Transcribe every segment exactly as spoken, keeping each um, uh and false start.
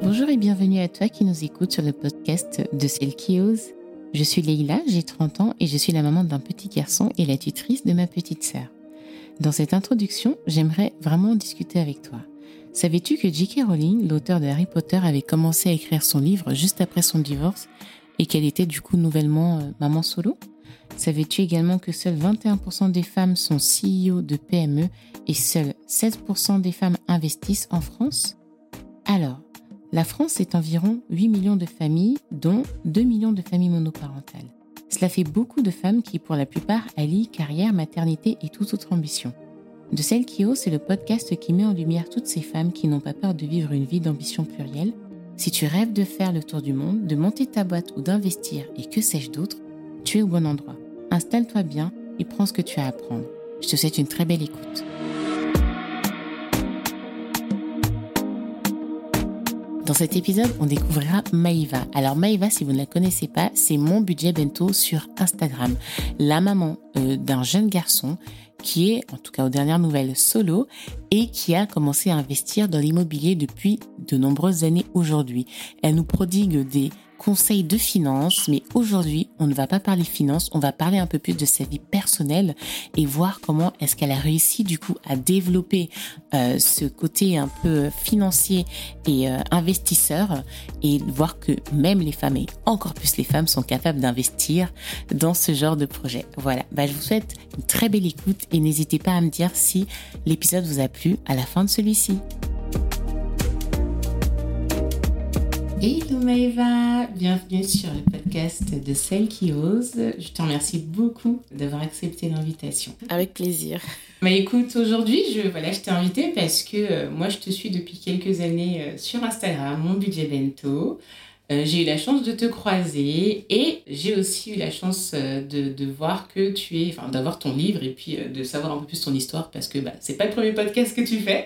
Bonjour et bienvenue à toi qui nous écoute sur le podcast de Celle qui ose. Je suis Leïla, j'ai trente ans et je suis la maman d'un petit garçon et la tutrice de ma petite sœur. Dans cette introduction, j'aimerais vraiment discuter avec toi. Savais-tu que J K Rowling, l'auteur de Harry Potter, avait commencé à écrire son livre juste après son divorce et qu'elle était du coup nouvellement euh, maman solo ? Savais-tu également que seuls vingt et un pour cent des femmes sont C E O de P M E et seuls seize pour cent des femmes investissent en France ? Alors, la France, c'est environ huit millions de familles, dont deux millions de familles monoparentales. Cela fait beaucoup de femmes qui, pour la plupart, allient carrière, maternité et toute autre ambition. De Celle qui ose, c'est le podcast qui met en lumière toutes ces femmes qui n'ont pas peur de vivre une vie d'ambition plurielle. Si tu rêves de faire le tour du monde, de monter ta boîte ou d'investir et que sais-je d'autre, tu es au bon endroit. Installe-toi bien et prends ce que tu as à apprendre. Je te souhaite une très belle écoute. Dans cet épisode, on découvrira Maëva. Alors Maëva, si vous ne la connaissez pas, c'est Mon Budget Bento sur Instagram. La maman euh, d'un jeune garçon qui est, en tout cas aux dernières nouvelles, solo et qui a commencé à investir dans l'immobilier depuis de nombreuses années aujourd'hui. Elle nous prodigue des conseils de finances, mais aujourd'hui, on ne va pas parler finances, on va parler un peu plus de sa vie personnelle et voir comment est-ce qu'elle a réussi du coup à développer euh, ce côté un peu financier et euh, investisseur et voir que même les femmes et encore plus les femmes sont capables d'investir dans ce genre de projet. Voilà, bah, je vous souhaite une très belle écoute et n'hésitez pas à me dire si l'épisode vous a plu à la fin de celui-ci. Hello Maëva, bienvenue sur le podcast de Celle qui ose. Je te remercie beaucoup d'avoir accepté l'invitation. Avec plaisir. Bah écoute, aujourd'hui, je, voilà, je t'ai invitée parce que euh, moi je te suis depuis quelques années euh, sur Instagram, Mon Budget Bento. Euh, j'ai eu la chance de te croiser et j'ai aussi eu la chance euh, de, de voir que tu es, enfin d'avoir ton livre et puis euh, de savoir un peu plus ton histoire parce que bah, c'est pas le premier podcast que tu fais.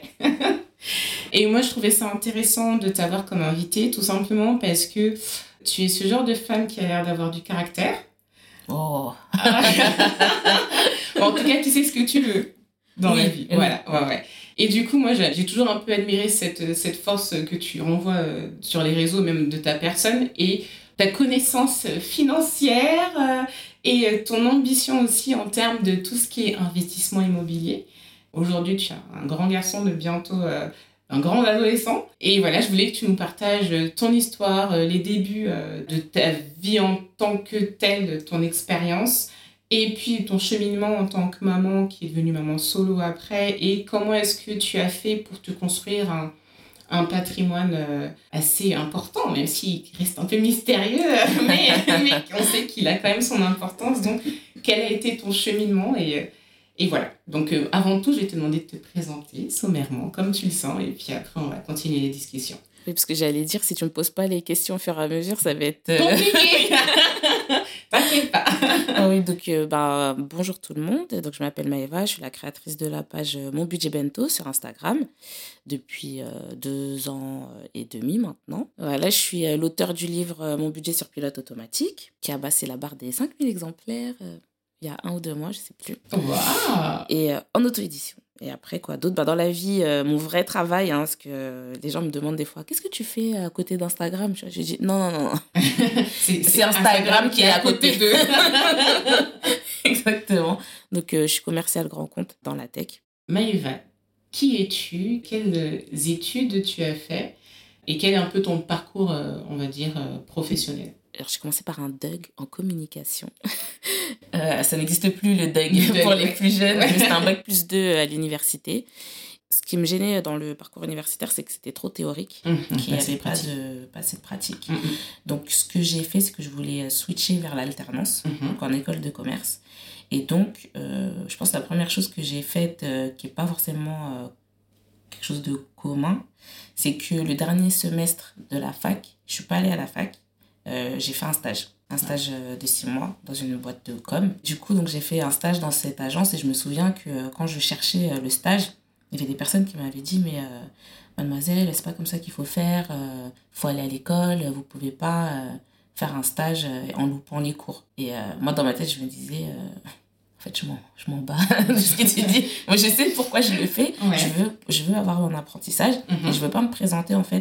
Et moi, je trouvais ça intéressant de t'avoir comme invitée, tout simplement parce que tu es ce genre de femme qui a l'air d'avoir du caractère. Oh. Bon, en tout cas, tu sais ce que tu veux dans oui, la vie. Oui. Voilà, ouais, ouais. Et du coup, moi, j'ai, j'ai toujours un peu admiré cette, cette force que tu renvoies sur les réseaux, même de ta personne, et ta connaissance financière euh, et ton ambition aussi en termes de tout ce qui est investissement immobilier. Aujourd'hui, tu es un grand garçon de bientôt euh, un grand adolescent. Et voilà, je voulais que tu nous partages ton histoire, euh, les débuts euh, de ta vie en tant que telle, ton expérience, et puis ton cheminement en tant que maman qui est devenue maman solo après, et comment est-ce que tu as fait pour te construire un, un patrimoine euh, assez important, même s'il reste un peu mystérieux, mais, mais on sait qu'il a quand même son importance. Donc, quel a été ton cheminement et Et voilà, donc euh, avant tout, je vais te demander de te présenter sommairement, comme tu le sens, et puis après, on va continuer les discussions. Oui, parce que j'allais dire, si tu ne me poses pas les questions au fur et à mesure, ça va être... Euh... compliqué. T'inquiète pas. Ah oui, donc euh, bah, bonjour tout le monde, donc je m'appelle Maëva, je suis la créatrice de la page Mon Budget Bento sur Instagram depuis euh, deux ans et demi maintenant. Voilà, je suis euh, l'auteur du livre Mon Budget sur pilote automatique, qui a passé la barre des cinq mille exemplaires euh, il y a un ou deux mois, je sais plus. Wow. Et euh, en auto-édition. Et après, quoi d'autre ? Bah, dans la vie, euh, mon vrai travail, hein, parce que les gens me demandent des fois, qu'est-ce que tu fais à côté d'Instagram ? Je, je dis, non, non, non. c'est, c'est Instagram, Instagram qui est à côté, côté d'eux. Exactement. Donc, euh, je suis commerciale grand compte dans la tech. Maëva, qui es-tu ? Quelles études tu as fait ? Et quel est un peu ton parcours, euh, on va dire, euh, professionnel ? Alors, j'ai commencé par un D U G en communication. euh, ça n'existe plus, le D U G, le pour D U G, les plus jeunes. Ouais. C'était un bac plus deux à l'université. Ce qui me gênait dans le parcours universitaire, c'est que c'était trop théorique, mmh, qu'il n'y avait pas, de, pas assez de pratique. Mmh. Donc, ce que j'ai fait, c'est que je voulais switcher vers l'alternance, mmh. donc en école de commerce. Et donc, euh, je pense que la première chose que j'ai faite, euh, qui n'est pas forcément euh, quelque chose de commun, c'est que le dernier semestre de la fac, je ne suis pas allée à la fac, Euh, j'ai fait un stage, un stage de six mois dans une boîte de com. Du coup, donc, j'ai fait un stage dans cette agence et je me souviens que euh, quand je cherchais euh, le stage, il y avait des personnes qui m'avaient dit « Mais euh, mademoiselle, c'est pas comme ça qu'il faut faire, il euh, faut aller à l'école, vous pouvez pas euh, faire un stage euh, en loupant les cours. » Et euh, moi, dans ma tête, je me disais euh, « En fait, je m'en, je m'en bats de ce que tu dis. Moi, je sais pourquoi je le fais. Ouais. Je veux, je veux avoir un apprentissage mm-hmm. et je veux pas me présenter en fait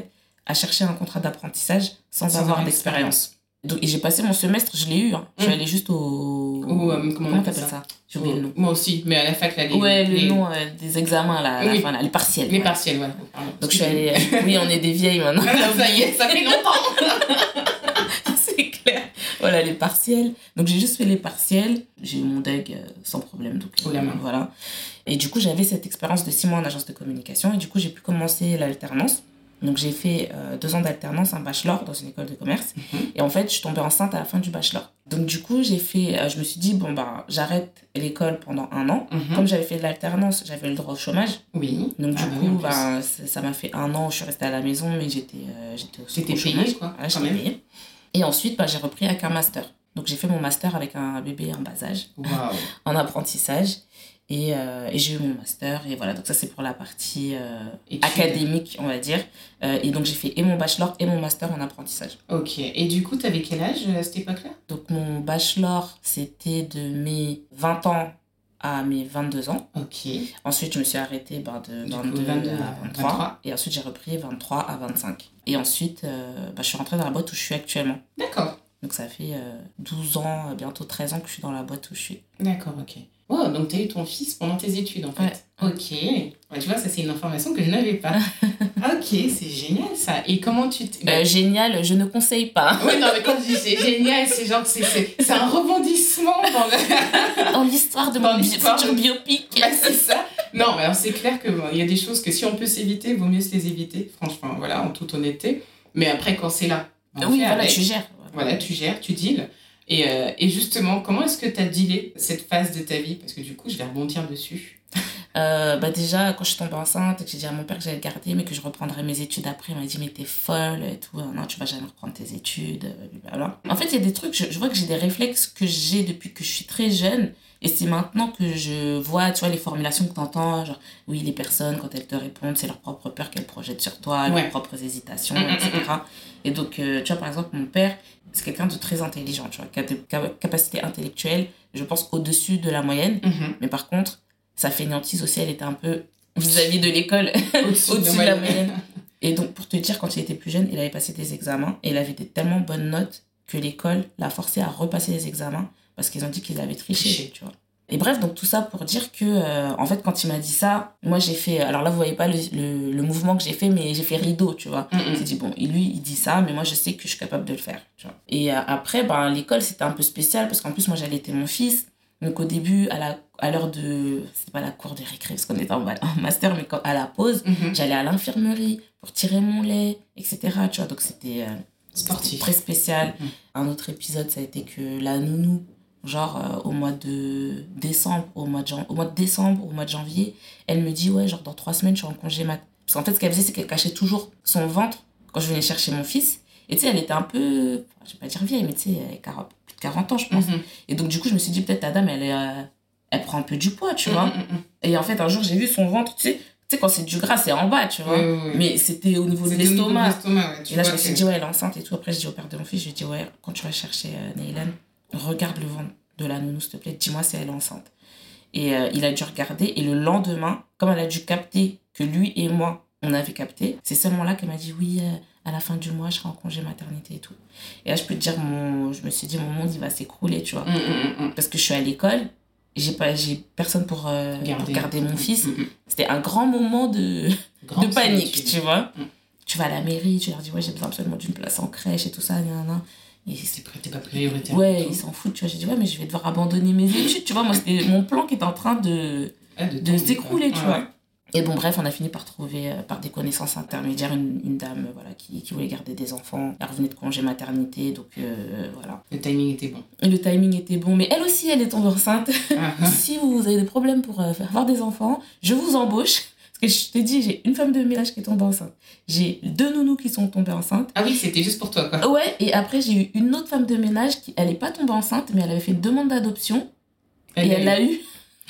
à chercher un contrat d'apprentissage sans, sans avoir d'expérience. Donc, et j'ai passé mon semestre, je l'ai eu. Hein. Je suis mmh. allée juste au... au euh, comment comment t'appelles ça, ça J'ai oublié au... le nom. Moi aussi, mais à la fac, là, les... Ouais, le les... nom euh, des examens, là, à oui. la fin, là, les partiels. Les ouais. partiels, voilà. Pardon. Donc, je suis allée... oui, on est des vieilles maintenant. Ça y est, ça fait longtemps. C'est clair. Voilà, les partiels. Donc, j'ai juste fait les partiels. J'ai eu mon D E G euh, sans problème. Donc, oh, la main. Voilà. Et du coup, j'avais cette expérience de six mois en agence de communication. Et du coup, j'ai pu commencer l'alternance. Donc, j'ai fait euh, deux ans d'alternance, un bachelor dans une école de commerce. Mm-hmm. Et en fait, je suis tombée enceinte à la fin du bachelor. Donc, du coup, j'ai fait... Euh, je me suis dit, bon, bah, j'arrête l'école pendant un an. Mm-hmm. Comme j'avais fait de l'alternance, j'avais le droit au chômage. Oui. Donc, du ah, coup, oui, bah, ça, ça m'a fait un an où je suis restée à la maison, mais j'étais, euh, j'étais au, j'étais au payée, chômage. quoi. Voilà, j'étais payée. Et ensuite, bah, j'ai repris avec un master. Donc, j'ai fait mon master avec un bébé en bas âge, wow. en apprentissage. Et, euh, et j'ai eu mon master. Et voilà, donc ça, c'est pour la partie euh, académique, on va dire. Euh, et donc, j'ai fait et mon bachelor et mon master en apprentissage. Ok. Et du coup, tu avais quel âge à cette époque-là ? Donc, mon bachelor, c'était de mes vingt ans à mes vingt-deux ans. Ok. Ensuite, je me suis arrêtée ben, de vingt-deux, vingt-deux à vingt-trois. vingt-trois. Et ensuite, j'ai repris vingt-trois à vingt-cinq. Et ensuite, euh, ben, je suis rentrée dans la boîte où je suis actuellement. D'accord. Donc, ça fait euh, douze ans, bientôt treize ans que je suis dans la boîte où je suis. D'accord, ok. Oh, donc tu as eu ton fils pendant tes études, en fait. Ouais. Ok. Ouais, tu vois, ça, c'est une information que je n'avais pas. Ok, c'est génial, ça. Et comment tu... T... Euh, génial, je ne conseille pas. Oui, non, mais quand je dis c'est génial, c'est genre, c'est, c'est, c'est un rebondissement dans, le... dans l'histoire de dans mon l'histoire futur de... biopic. Bah, c'est ça. Non, mais alors, c'est clair qu'il bon, y a des choses que si on peut s'éviter, il vaut mieux se les éviter. Franchement, voilà, en toute honnêteté. Mais après, quand c'est là... Oui, voilà, avec. tu gères. Voilà, tu gères, tu deals. Et, euh, et justement, comment est-ce que tu as dealé cette phase de ta vie ? Parce que du coup, je vais rebondir dessus. Euh, bah déjà, quand je suis tombée enceinte, que j'ai dit à mon père que j'allais le garder, mais que je reprendrais mes études après, il m'a dit, mais t'es folle et tout, non, tu vas jamais reprendre tes études, blablabla. En fait, il y a des trucs, je, je vois que j'ai des réflexes que j'ai depuis que je suis très jeune, et c'est maintenant que je vois, tu vois, les formulations que t'entends, genre, oui, les personnes, quand elles te répondent, c'est leur propre peur qu'elles projettent sur toi, ouais. leurs propres hésitations, mmh, et cetera. Et donc, euh, tu vois, par exemple, mon père, c'est quelqu'un de très intelligent, tu vois, qui a des capacités intellectuelles, je pense, au-dessus de la moyenne, mmh. mais par contre, sa fainéantise aussi, elle était un peu vis-à-vis de l'école, au-dessus, au-dessus de, de la moyenne. Et donc, pour te dire, quand il était plus jeune, il avait passé des examens et il avait des tellement bonnes notes que l'école l'a forcé à repasser les examens parce qu'ils ont dit qu'il avait triché, triché. Tu vois. Et bref, donc tout ça pour dire que, euh, en fait, quand il m'a dit ça, moi j'ai fait... Alors là, vous voyez pas le, le, le mouvement que j'ai fait, mais j'ai fait rideau, tu vois. Mm-hmm. J'ai dit, bon, et lui, il dit ça, mais moi je sais que je suis capable de le faire, tu vois. Et euh, après, ben, l'école, c'était un peu spécial parce qu'en plus, moi, j'allais être mon fils. Donc au début, à, la, à l'heure de... C'est pas la cour de récré, parce qu'on était en, en master, mais quand, à la pause, mm-hmm. j'allais à l'infirmerie pour tirer mon lait, et cetera. Tu vois, donc c'était, euh, c'était très spécial. Mm-hmm. Un autre épisode, ça a été que la nounou, genre euh, au mois de décembre, au mois de, jan... au mois de décembre, au mois de janvier, elle me dit, ouais, genre dans trois semaines, je suis en congé mat. Parce qu'en fait, ce qu'elle faisait, c'est qu'elle cachait toujours son ventre quand je venais chercher mon fils. Et tu sais, elle était un peu, je vais pas dire vieille, mais tu sais, elle a plus de quarante ans, je pense. Mm-hmm. Et donc, du coup, je me suis dit, peut-être ta dame, elle, est, euh, elle prend un peu du poids, tu vois. Mm-hmm. Et en fait, un jour, j'ai vu son ventre, tu sais, tu sais, quand c'est du gras, c'est en bas, tu vois. Oui, oui, oui. Mais c'était au niveau c'était de l'estomac. Au niveau de l'estomac ouais, et là, je me suis que... dit, ouais, elle est enceinte et tout. Après, je dis au père de mon fils, je lui dis, ouais, quand tu vas chercher euh, Neylan, regarde le ventre de la nounou, s'il te plaît, dis-moi si elle est enceinte. Et euh, il a dû regarder. Et le lendemain, comme elle a dû capter que lui et moi, on avait capté, c'est seulement là qu'elle m'a dit, oui, euh, à la fin du mois, je serai en congé maternité et tout. Et là, je peux te dire, mon... je me suis dit, mon monde, il va s'écrouler, tu vois. Mmh, mmh, mmh. Parce que je suis à l'école, j'ai, pas... j'ai personne pour, euh, garder. pour garder mon fils. Mmh. C'était un grand moment de, de panique, solitude. Tu vois. Mmh. Tu vas à la mairie, tu leur dis, ouais, j'ai besoin absolument d'une place en crèche et tout ça, nan, nan. Et c'est t'es pas prioritaire. Ouais, ils s'en foutent, tu vois. J'ai dit, ouais, mais je vais devoir abandonner mes études, tu vois. Moi, c'était mon plan qui était en train de, ah, de, de s'écrouler, tu ouais. vois. Et bon, bref, on a fini par trouver, euh, par des connaissances intermédiaires, une, une dame euh, voilà, qui, qui voulait garder des enfants. Elle revenait de congé maternité, donc euh, voilà. Le timing était bon. Et le timing était bon, mais elle aussi, elle est tombée enceinte. Uh-huh. Si vous avez des problèmes pour euh, faire avoir des enfants, je vous embauche. Parce que je t'ai dit, j'ai une femme de ménage qui est tombée enceinte. J'ai deux nounous qui sont tombées enceintes. Ah oui, c'était juste pour toi, quoi. Ouais, et après, j'ai eu une autre femme de ménage qui, elle n'est pas tombée enceinte, mais elle avait fait une demande d'adoption. Elle et elle l'a eu.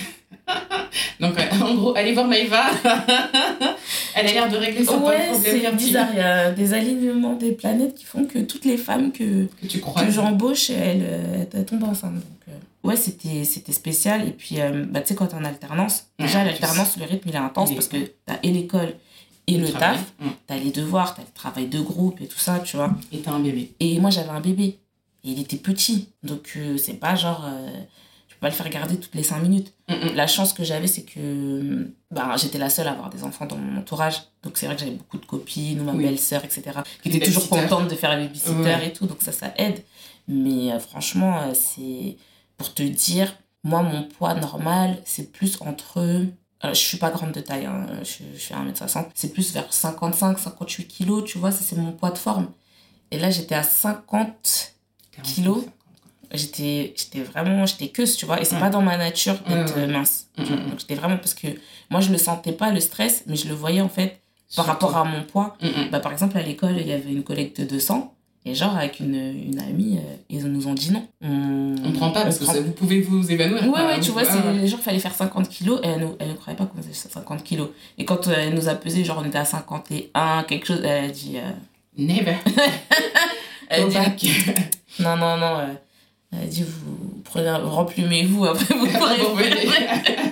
Donc, en gros, allez voir Maëva. Elle a l'air de régler son ouais, problème. C'est bizarre. Il y a des alignements des planètes qui font que toutes les femmes que, que, tu crois, que j'embauche, elles, elles, elles tombent enceintes. Donc, euh, ouais, c'était, c'était spécial. Et puis, euh, bah, tu sais, quand t'es en alternance, déjà, ah, l'alternance, le rythme, il est intense il est... parce que t'as et l'école et le le travail. taf, Mmh. t'as les devoirs, t'as le travail de groupe et tout ça, tu vois. Et t'as un bébé. Et moi, j'avais un bébé. Et il était petit. Donc, euh, c'est pas genre... Euh, tu peux pas le faire garder toutes les cinq minutes. Mmh. La chance que j'avais, c'est que bah, j'étais la seule à avoir des enfants dans mon entourage. Donc, c'est vrai que j'avais beaucoup de copines, ou ma Oui. belle-sœur, et cetera, qui Les étaient toujours babysitters. contentes de faire la babysitter Ouais. et tout. Donc, ça, ça aide. Mais euh, franchement, euh, c'est... Pour te dire, moi, mon poids normal, c'est plus entre... Euh, je suis pas grande de taille, hein, je, je fais un mètre soixante. C'est plus vers cinquante-cinq cinquante-huit kilos, tu vois, ça, c'est mon poids de forme. Et là, j'étais à cinquante kilos. J'étais, j'étais vraiment, j'étais queuse, tu vois, et c'est Ouais. pas dans ma nature d'être Ouais, ouais. mince. Mmh, tu vois. mmh. Donc j'étais vraiment, parce que moi je le sentais pas, le stress, mais je le voyais en fait par Surtout. rapport à mon poids. Mmh. Bah, par exemple, à l'école, il y avait une collecte de sang, et genre avec une, une amie, euh, ils nous ont dit non. On, On prend pas parce prend... que ça, vous pouvez vous évanouir. Ouais, quoi. ouais, tu Vous- vois, ah, c'est ouais. genre, fallait faire cinquante kilos, et elle ne elle ne croyait pas qu'on faisait cinquante kilos. Et quand euh, elle nous a pesé, genre on était à cinquante et un, quelque chose, elle a dit. Euh... Never. Elle Go dit, back. non, non, non. Euh, elle a dit, vous prenez, un- remplumez-vous, après vous pourrez Vous revenez. faire.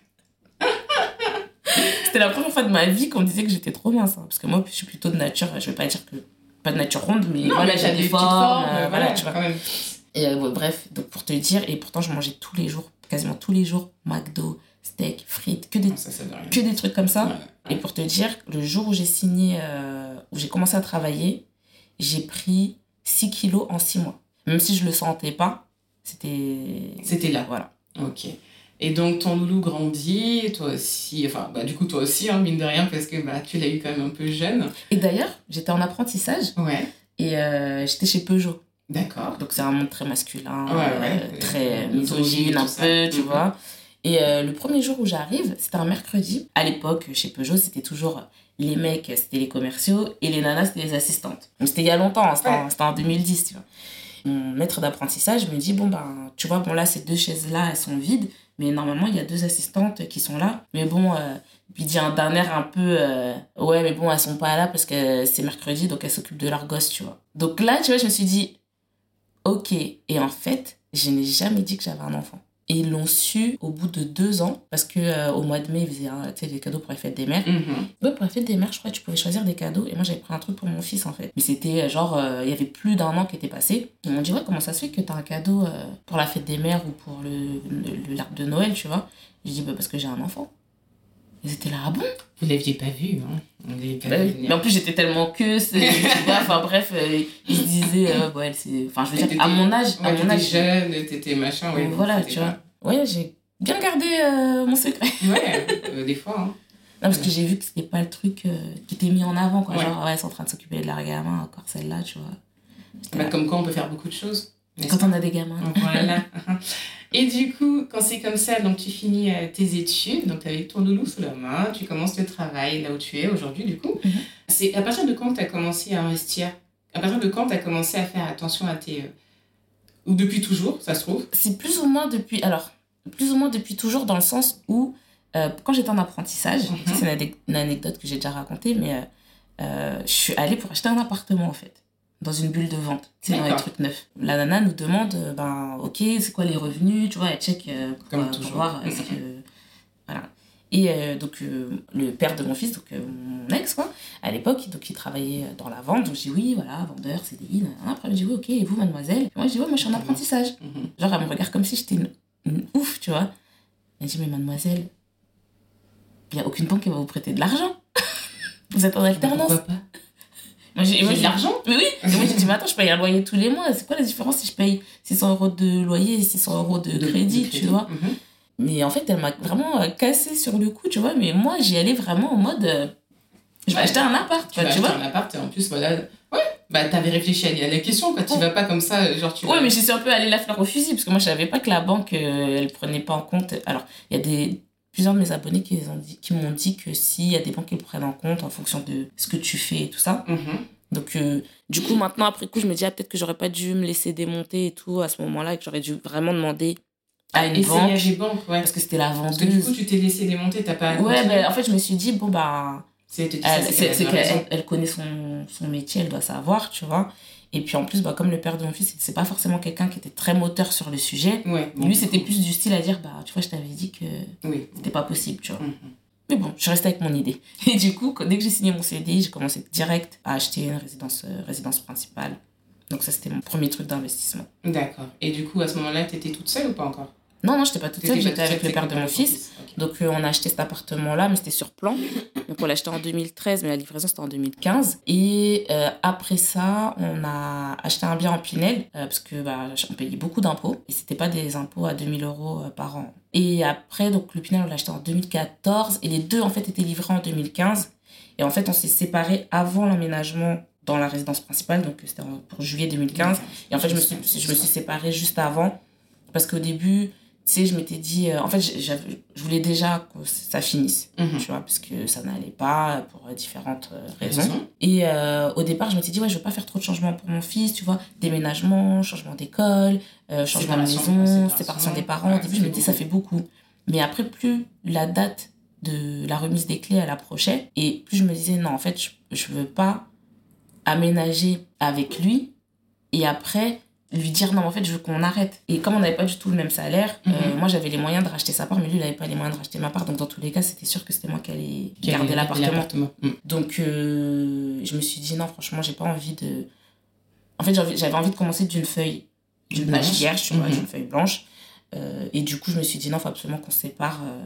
C'était la première fois de ma vie qu'on me disait que j'étais trop mince. Hein, parce que moi, je suis plutôt de nature, je vais pas dire que. Pas de nature ronde, mais Non, voilà, mais j'ai t'as des des petites formes. formes, euh, euh, voilà, voilà, tu vois. quand même. Et euh, ouais, bref, donc pour te dire, et pourtant, je mangeais tous les jours, quasiment tous les jours, McDo, steak, frites, que des, Non, ça, ça veut rien. que des trucs comme ça. Ouais. Et pour te dire, le jour où j'ai signé, euh, où j'ai commencé à travailler, j'ai pris six kilos en six mois. Même si je le sentais pas, c'était... C'était là. Voilà. Ok. Et donc ton loulou grandit, toi aussi, enfin bah du coup toi aussi, hein, mine de rien, parce que bah tu l'as eu quand même un peu jeune. Et d'ailleurs, j'étais en apprentissage Ouais. et euh, j'étais chez Peugeot. D'accord. Donc c'est un monde très masculin, Ouais, euh, ouais. très Euh, misogyne un tout ça. peu, tu Mhm. vois. Et euh, le premier jour où j'arrive, c'était un mercredi. À l'époque, chez Peugeot, c'était toujours les mecs, c'était les commerciaux, et les nanas, c'était les assistantes. Donc c'était il y a longtemps, hein, c'était, Ouais. en, c'était en deux mille dix, tu vois. Mon maître d'apprentissage me dit, bon, ben, tu vois, bon, là, ces deux chaises-là, elles sont vides, mais normalement, il y a deux assistantes qui sont là. Mais bon, euh, puis il dit un- d'un air un peu, euh, ouais, mais bon, elles sont pas là parce que c'est mercredi, donc elles s'occupent de leur gosse, tu vois. Donc là, tu vois, je me suis dit, ok. Et en fait, je n'ai jamais dit que j'avais un enfant. Et ils l'ont su au bout de deux ans, parce que euh, au mois de mai, ils faisaient hein, tu sais, des cadeaux pour la fête des mères. Mhm. Ouais, pour la fête des mères, je crois que tu pouvais choisir des cadeaux. Et moi, j'avais pris un truc pour mon fils, en fait. Mais c'était euh, genre, euh, il y avait plus d'un an qui était passé. Ils m'ont dit, ouais, comment ça se fait que t'as un cadeau euh, pour la fête des mères ou pour le, le, le- l'arbre de Noël, tu vois. J'ai dit, bah, parce que j'ai un enfant. Ils étaient là, ah bon? Vous l'aviez pas vu, hein. On l'avait pas Bah vu oui. venir. Mais en plus, j'étais tellement que, c'est, tu vois, enfin bref, euh, ils se disaient, euh, ouais, c'est. Enfin, je veux dire, T'étais- à mon âge, à Ouais, mon t'étais âge. jeune, t'étais machin, ouais. Donc donc voilà, c'était tu pas- vois. Ouais, j'ai bien gardé euh, mon secret. Ouais, euh, des fois, hein. Non, parce que j'ai vu que c'était pas le truc euh, qui était mis en avant, quoi. Ouais. Genre, ouais, ils sont en train de s'occuper de leur gamin, encore celle-là, tu vois. J'étais Bah, là. comme quoi on peut faire beaucoup de choses. n'est-ce Quand pas on a des gamins. Voilà. Et du coup, quand c'est comme ça, donc tu finis euh, tes études, donc tu avais ton loulou sous la main, tu commences le travail là où tu es aujourd'hui, du coup. Mhm. C'est à partir de quand tu as commencé à investir? À partir de quand tu as commencé à faire attention à tes... euh, Ou depuis toujours, ça se trouve? C'est plus ou moins depuis. Alors, plus ou moins depuis toujours, dans le sens où, euh, quand j'étais en apprentissage, Mhm. ça, c'est une, ane- une anecdote que j'ai déjà racontée, mais euh, euh, je suis allée pour acheter un appartement, en fait. Dans une bulle de vente, c'est dans les D'accord. trucs neufs. La nana nous demande, euh, ben, ok, c'est quoi les revenus, tu vois, elle check euh, pour, Comme euh, pour toujours. voir euh, ce que... Voilà. Et euh, donc, euh, le père de mon fils, donc euh, mon ex, quoi, à l'époque, donc il travaillait dans la vente, donc je dis oui, voilà, vendeur, C D I, nanana. Après, il me dit oui, ok, et vous, mademoiselle? Et moi, je dis ouais, moi, je suis en apprentissage. Mhm. Genre, elle me regarde comme si j'étais une, une ouf, tu vois. Elle dit, mais mademoiselle, il n'y a aucune banque qui va vous prêter de l'argent. Vous êtes en alternance. Pourquoi pas? Moi, j'ai, moi, J'ai de j'ai- l'argent? Mais oui. Et moi, j'ai dit, mais attends, je paye un loyer tous les mois. C'est quoi la différence si je paye six cents euros de loyer et six cents euros de, crédit, tu vois? Mhm. Mais en fait, elle m'a vraiment euh, cassé sur le coup, tu vois. Mais moi, j'y allais vraiment en mode, euh, je vais Ouais. acheter un appart, Tu quoi, vas tu acheter vois. un appart et en plus, voilà... Ouais, bah t'avais réfléchi à la question, quoi. Tu Ouais. vas pas comme ça, genre tu Ouais, vas... mais j'y suis un peu allée la fleur au fusil, parce que moi, je savais pas que la banque, euh, elle prenait pas en compte. Alors, il y a des, plusieurs de mes abonnés qui, les ont dit, qui m'ont dit que si, il y a des banques qui le prennent en compte en fonction de ce que tu fais et tout ça. Mhm. Donc, euh, du coup, maintenant, après coup, je me dis, ah, peut-être que j'aurais pas dû me laisser démonter et tout à ce moment-là, et que j'aurais dû vraiment demander à une Essayer banque, à des banques, ouais. parce que c'était la Parce que du vendeuse. coup, tu t'es laissé démonter, t'as pas... Ouais, continué. ben, en fait, je me suis dit, bon, bah, C'est, te dit ça, elle, c'est c'est, qu'elle c'est avait raison. qu'elle elle connaît son, son métier, elle doit savoir, tu vois. Et puis, en plus, bah, comme le père de mon fils, c'est pas forcément quelqu'un qui était très moteur sur le sujet. Ouais. bon, Lui, du c'était coup, plus du style à dire, bah, tu vois, je t'avais dit que Oui. c'était pas possible, tu vois. Mhm. Mais bon, je restais avec mon idée. Et du coup, dès que j'ai signé mon C D I, j'ai commencé direct à acheter une résidence, euh, résidence principale. Donc ça, c'était mon premier truc d'investissement. D'accord. Et du coup, à ce moment-là, tu étais toute seule ou pas encore? Non, non, je n'étais pas toute seule, T'étais pas j'étais toute avec seule, le père de t'étais mon avec ton fils. fils. Ok. Donc euh, on a acheté cet appartement-là, mais c'était sur plan. Donc on l'a acheté en deux mille treize, mais la livraison c'était en deux mille quinze. Et euh, après ça, on a acheté un bien en Pinel, euh, parce que bah, on payait beaucoup d'impôts. Et c'était pas des impôts à deux mille euros euh, par an. Et après, donc le Pinel, on l'a acheté en deux mille quatorze. Et les deux, en fait, étaient livrés en deux mille quinze. Et en fait, on s'est séparés avant l'emménagement dans la résidence principale. Donc c'était pour juillet deux mille quinze. Et en fait, je me suis, je me suis séparée juste avant. Parce qu'au début... Tu sais, je m'étais dit... Euh, en fait, j'avais, je voulais déjà que ça finisse, mm-hmm. tu vois, parce que ça n'allait pas pour différentes euh, raisons. Mm-hmm. Et euh, au départ, je m'étais dit, ouais, je veux pas faire trop de changements pour mon fils, tu vois. Déménagement, changement d'école, euh, changement de maison, séparation des parents. Ouais, au début, je me disais, ça fait beaucoup. Mais après, plus la date de la remise des clés, elle approchait, et plus je me disais, non, en fait, je, je veux pas aménager avec lui, et après... lui dire non mais en fait je veux qu'on arrête. Et comme on n'avait pas du tout le même salaire, mm-hmm. euh, moi j'avais les moyens de racheter sa part, mais lui il n'avait pas les moyens de racheter ma part, donc dans tous les cas c'était sûr que c'était moi qui allais qui garder l'appartement, l'appartement. Mm. Donc euh, je me suis dit non franchement j'ai pas envie de... En fait j'avais, j'avais envie de commencer d'une feuille d'une page vierge, tu vois, mm-hmm. d'une feuille blanche, euh, et du coup je me suis dit non, il faut absolument qu'on se sépare euh,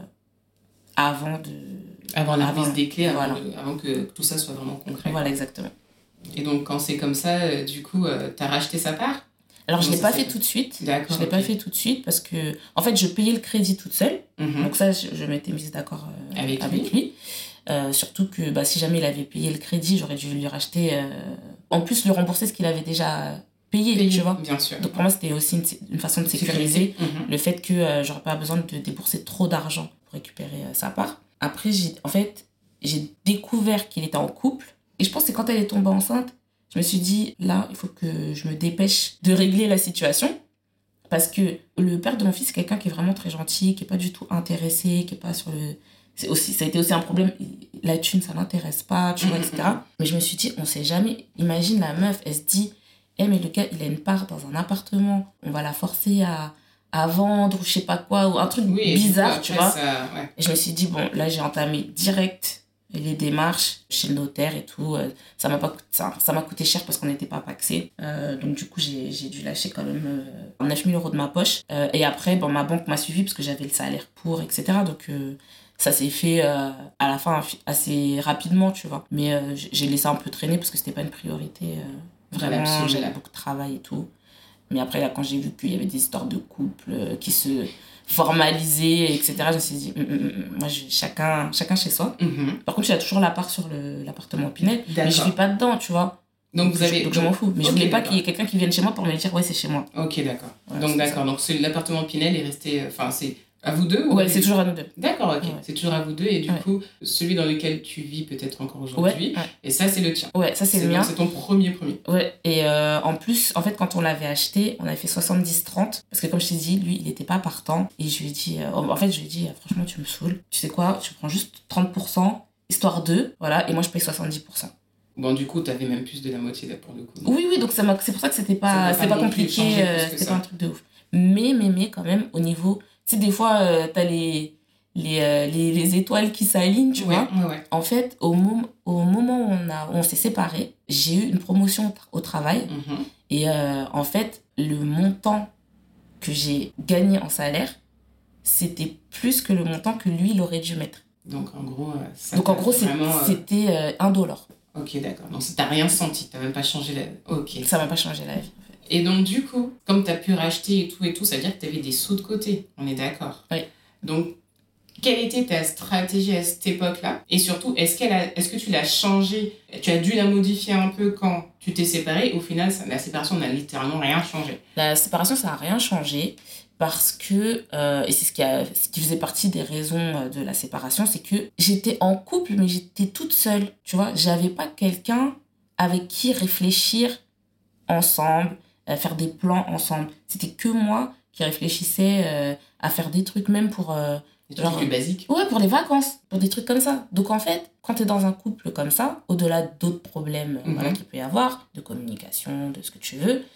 avant de... avant la remise des clés, voilà. avant, de, avant que tout ça soit vraiment concret. Voilà, exactement. Et donc quand c'est comme ça, euh, du coup euh, t'as racheté sa part? Alors, je ne l'ai pas fait tout de suite. D'accord. Je ne l'ai okay. pas fait tout de suite parce que, en fait, je payais le crédit toute seule. Mm-hmm. Donc, ça, je, je m'étais mise d'accord euh, avec, avec lui. lui. Euh, surtout que bah, si jamais il avait payé le crédit, j'aurais dû lui racheter. Euh... En plus, lui rembourser ce qu'il avait déjà payé, payé, tu vois. Bien sûr. Donc, pour moi, c'était aussi une, une façon de sécuriser mm-hmm. le fait que euh, je n'aurais pas besoin de débourser trop d'argent pour récupérer euh, sa part. Après, j'ai, en fait, j'ai découvert qu'il était en couple. Et je pense que c'est quand elle est tombée enceinte, je me suis dit, là, il faut que je me dépêche de régler la situation. Parce que le père de mon fils, c'est quelqu'un qui est vraiment très gentil, qui n'est pas du tout intéressé, qui n'est pas sur le... C'est aussi, ça a été aussi un problème. La thune, ça ne l'intéresse pas, tu vois, et cetera. Mais je me suis dit, on ne sait jamais. Imagine la meuf, elle se dit, hé, hey, mais le gars, il a une part dans un appartement. On va la forcer à, à vendre ou je ne sais pas quoi, ou un truc oui, bizarre, tu vois. Ça, ouais. Et je me suis dit, bon, là, j'ai entamé direct... Et les démarches chez le notaire et tout, euh, ça m'a pas coûté, ça, ça m'a coûté cher parce qu'on n'était pas paxé. Euh, donc du coup, j'ai, j'ai dû lâcher quand même euh, neuf mille euros de ma poche. Euh, et après, bon, ma banque m'a suivi parce que j'avais le salaire pour, et cetera. Donc euh, ça s'est fait euh, à la fin assez rapidement, tu vois. Mais euh, j'ai laissé un peu traîner parce que c'était pas une priorité. Euh, vraiment, ouais, j'avais beaucoup de travail et tout. Mais après, là, quand j'ai vu qu'il y avait des histoires de couple euh, qui se... formalisé, et cetera. Je me suis dit, mm, mm, moi, je, chacun, chacun chez soi. Mm-hmm. Par contre, il y a toujours la part sur le, l'appartement Pinel, mais je ne vis pas dedans, tu vois. Donc, vous avez... je, donc je m'en fous. Mais okay, je voulais pas d'accord. qu'il y ait quelqu'un qui vienne chez moi pour me dire, ouais, c'est chez moi. Ok, d'accord. Ouais, donc, d'accord. Ça. Donc, c'est, l'appartement Pinel est resté... Enfin, c'est à vous deux? Ouais, c'est toujours à nous deux. D'accord, ok. Ouais. C'est toujours à vous deux. Et du ouais. coup, celui dans lequel tu vis peut-être encore aujourd'hui. Ouais, ouais. Et ça, c'est le tien. Ouais, ça, c'est, c'est le mien. C'est ton premier premier. Ouais. Et euh, en plus, en fait, quand on l'avait acheté, on avait fait soixante-dix trente. Parce que comme je t'ai dit, lui, il n'était pas partant. Et je lui ai dit... Euh, en fait, je lui ai dit, franchement, tu me saoules. Tu sais quoi? Tu prends juste trente pour cent, histoire de... Voilà. Et moi, je paye soixante-dix pour cent. Bon, du coup, t'avais même plus de la moitié là pour le coup. Oui, oui. Donc, ça m'a... c'est pour ça que c'était pas, c'était pas, pas compliqué. Euh, c'était ça. Pas un truc de ouf. Mais, mais, mais, quand même, au niveau... Tu sais, des fois, euh, t'as les, les, euh, les, les étoiles qui s'alignent, tu ouais, vois. Ouais, ouais. En fait, au, mom- au moment où on, a, où on s'est séparés, j'ai eu une promotion au travail. Mm-hmm. Et euh, en fait, le montant que j'ai gagné en salaire, c'était plus que le montant que lui, il aurait dû mettre. Donc, en gros, euh, ça Donc, en gros, vraiment, c'était euh, un dollar. Ok, d'accord. Donc, t'as rien senti, t'as même pas changé la vie. Ok. Ça m'a pas changé la vie. Et donc, du coup, comme tu as pu racheter et tout et tout, ça veut dire que tu avais des sous de côté. On est d'accord? Oui. Donc, quelle était ta stratégie à cette époque-là? Et surtout, est-ce, qu'elle a, est-ce que tu l'as changée? Tu as dû la modifier un peu quand tu t'es séparée? Au final, ça, la séparation n'a littéralement rien changé. La séparation, ça n'a rien changé parce que, euh, et c'est ce qui, a, ce qui faisait partie des raisons de la séparation, c'est que j'étais en couple, mais j'étais toute seule. Tu vois, j'avais pas quelqu'un avec qui réfléchir ensemble, faire des plans ensemble. C'était que moi qui réfléchissais euh, à faire des trucs, même pour... Euh, des trucs genre, plus basiques. Ouais, pour les vacances, pour des trucs comme ça. Donc en fait, quand t'es dans un couple comme ça, au-delà d'autres problèmes mm-hmm. voilà, qu'il peut y avoir, de communication, de ce que tu veux,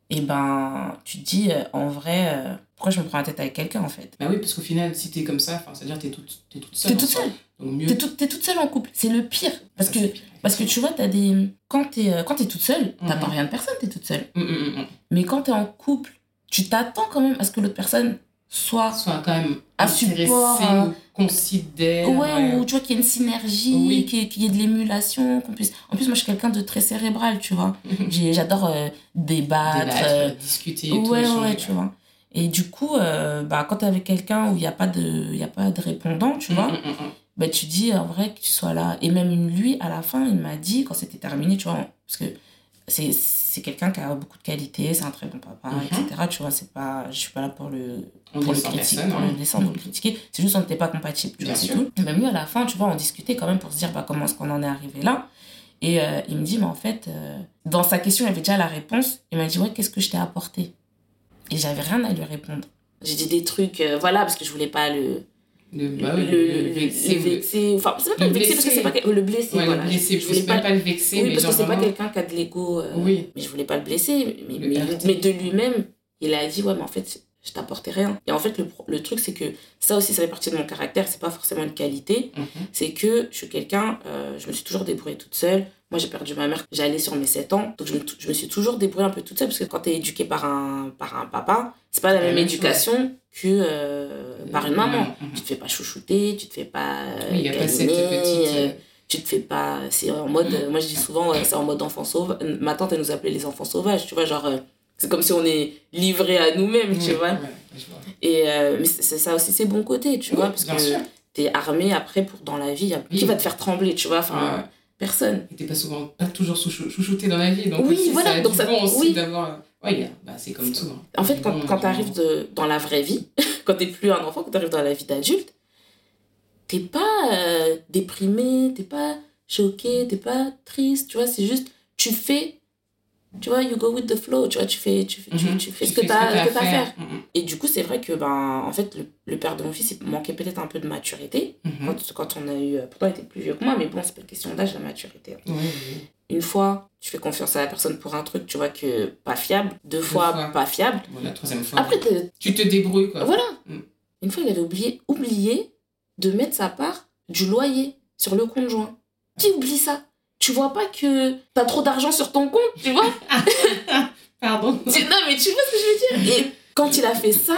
et ben, tu te dis, euh, en vrai, euh, pourquoi je me prends la tête avec quelqu'un, en fait? Bah oui, parce qu'au final, si t'es comme ça, c'est-à-dire que t'es toute, t'es toute seule. T'es toute seule. Donc mieux... T'es, tout, t'es toute seule en couple. C'est le pire. Parce, Ça, que, c'est pire. parce que tu vois, t'as des... quand, t'es, quand t'es toute seule, Mhm. t'attends rien de personne, t'es toute seule. Mm, mm, mm. Mais quand t'es en couple, tu t'attends quand même à ce que l'autre personne soit... Soit quand même Un intéressée support, euh, ou considère. Ouais, ouais. ou tu vois qu'il y a une synergie, Oui. qu'il, y ait, qu'il y ait de l'émulation, qu'on puisse... En plus, moi, je suis quelqu'un de très cérébral, tu vois. J'ai, j'adore euh, débattre. Débattre, euh, discuter et ouais, tout. ouais, échanger, ouais, tu vois. Et du coup, euh, bah, quand t'es avec quelqu'un où il n'y a, pas de- y a pas de répondant, tu Mm, vois, mm, mm, mm. bah, tu dis, en vrai, que tu sois là. Et même lui, à la fin, il m'a dit, quand c'était terminé, tu vois, parce que c'est, c'est quelqu'un qui a beaucoup de qualités, c'est un très bon papa, Mhm. et cetera. Tu vois, c'est pas, je suis pas là pour le, On pour le descend critiquer, personne, pour hein. le descendre ou le critiquer. C'est juste qu'on n'était pas compatibles, tu Bien vois, c'est sûr. tout. Et même lui, à la fin, tu vois, on discutait quand même pour se dire, bah, comment est-ce qu'on en est arrivé là. Et euh, il me dit, mais en fait, euh, dans sa question, il y avait déjà la réponse. Il m'a dit, ouais, qu'est-ce que je t'ai apporté? Et j'avais rien à lui répondre. J'ai dit des trucs, euh, voilà, parce que je voulais pas le... Le, bah oui, le, le, le- vexer. le le- vexer. Enfin, c'est même pas le le vexer parce que c'est pas... blesser. quel- Le blesser, Ouais, voilà. le blesser. Je voulais C'est pas... même pas le vexer, Oui, mais parce que genre c'est pas vraiment... quelqu'un qui a de l'ego. euh, Oui. Mais je voulais pas le blesser. Mais, Le mais, heurter. mais de lui-même, il a dit, ouais, mais en fait, je t'apportais rien. Et en fait, le, pro- le truc, c'est que ça aussi, ça fait partie de mon caractère. C'est pas forcément une qualité. Mhm. C'est que je suis quelqu'un, euh, je me suis toujours débrouillée toute seule. Moi, j'ai perdu ma mère, j'allais sur mes sept ans. Donc, je me, je me suis toujours débrouillée un peu toute seule. Parce que quand t'es éduquée par un, par un papa, c'est pas la La même même éducation que euh, par une maman. Mhm. Tu te fais pas chouchouter, tu te fais pas euh, Oui, il n'y a pas cette câliner, petite... euh, euh, tu te fais pas... C'est en mode... euh, moi, je dis souvent, euh, c'est en mode enfant sauvage. Ma tante, elle nous appelait les enfants sauvages, tu vois, genre... euh, c'est comme si on est livré à nous-mêmes, tu oui, vois. ouais, je vois. Et euh, mais c'est, c'est ça aussi, c'est bon côté, tu Oui, vois, parce bien que sûr. t'es armé après pour dans la vie. Y a- Oui. Qui va te faire trembler, tu vois, enfin, Ouais. personne. Et t'es pas souvent, pas toujours chouchou- chouchouté dans la vie. Donc Oui, aussi, voilà, ça a donc du ça- bon aussi oui. d'avoir... Ouais, il y a- bah, c'est comme tout. Hein. En fait, Du quand, bon, quand du t'arrives bon. de, dans la vraie vie, quand t'es plus un enfant, quand t'arrives dans la vie d'adulte, t'es pas euh, déprimé, t'es pas choqué, t'es pas triste, tu vois, c'est juste, tu fais, tu vois, you go with the flow, tu vois, tu fais, tu, fais- tu, Mhm. tu fais ce Tu que t'as, à que t'as à faire. Mhm. Et du coup, c'est vrai que, ben, en fait, le, le père de mon fils, il manquait peut-être un peu de maturité. Mhm. Quand, quand on a eu... Pourtant, il était plus vieux que moi, mais bon, c'est pas une question d'âge, la maturité. Oui, oui. Une fois, tu fais confiance à la personne pour un truc, tu vois que pas fiable. Deux, fois, fois. pas fiable. Bon, la troisième fois, Après, t'es- tu te débrouilles, quoi. voilà. Mm. Une fois, il avait oublié, oublié de mettre sa part du loyer sur le conjoint. Qui oublie ça? Tu vois pas que t'as trop d'argent sur ton compte, tu vois? Pardon. Tu- Non, mais tu vois ce que je veux dire? Et quand il a fait ça,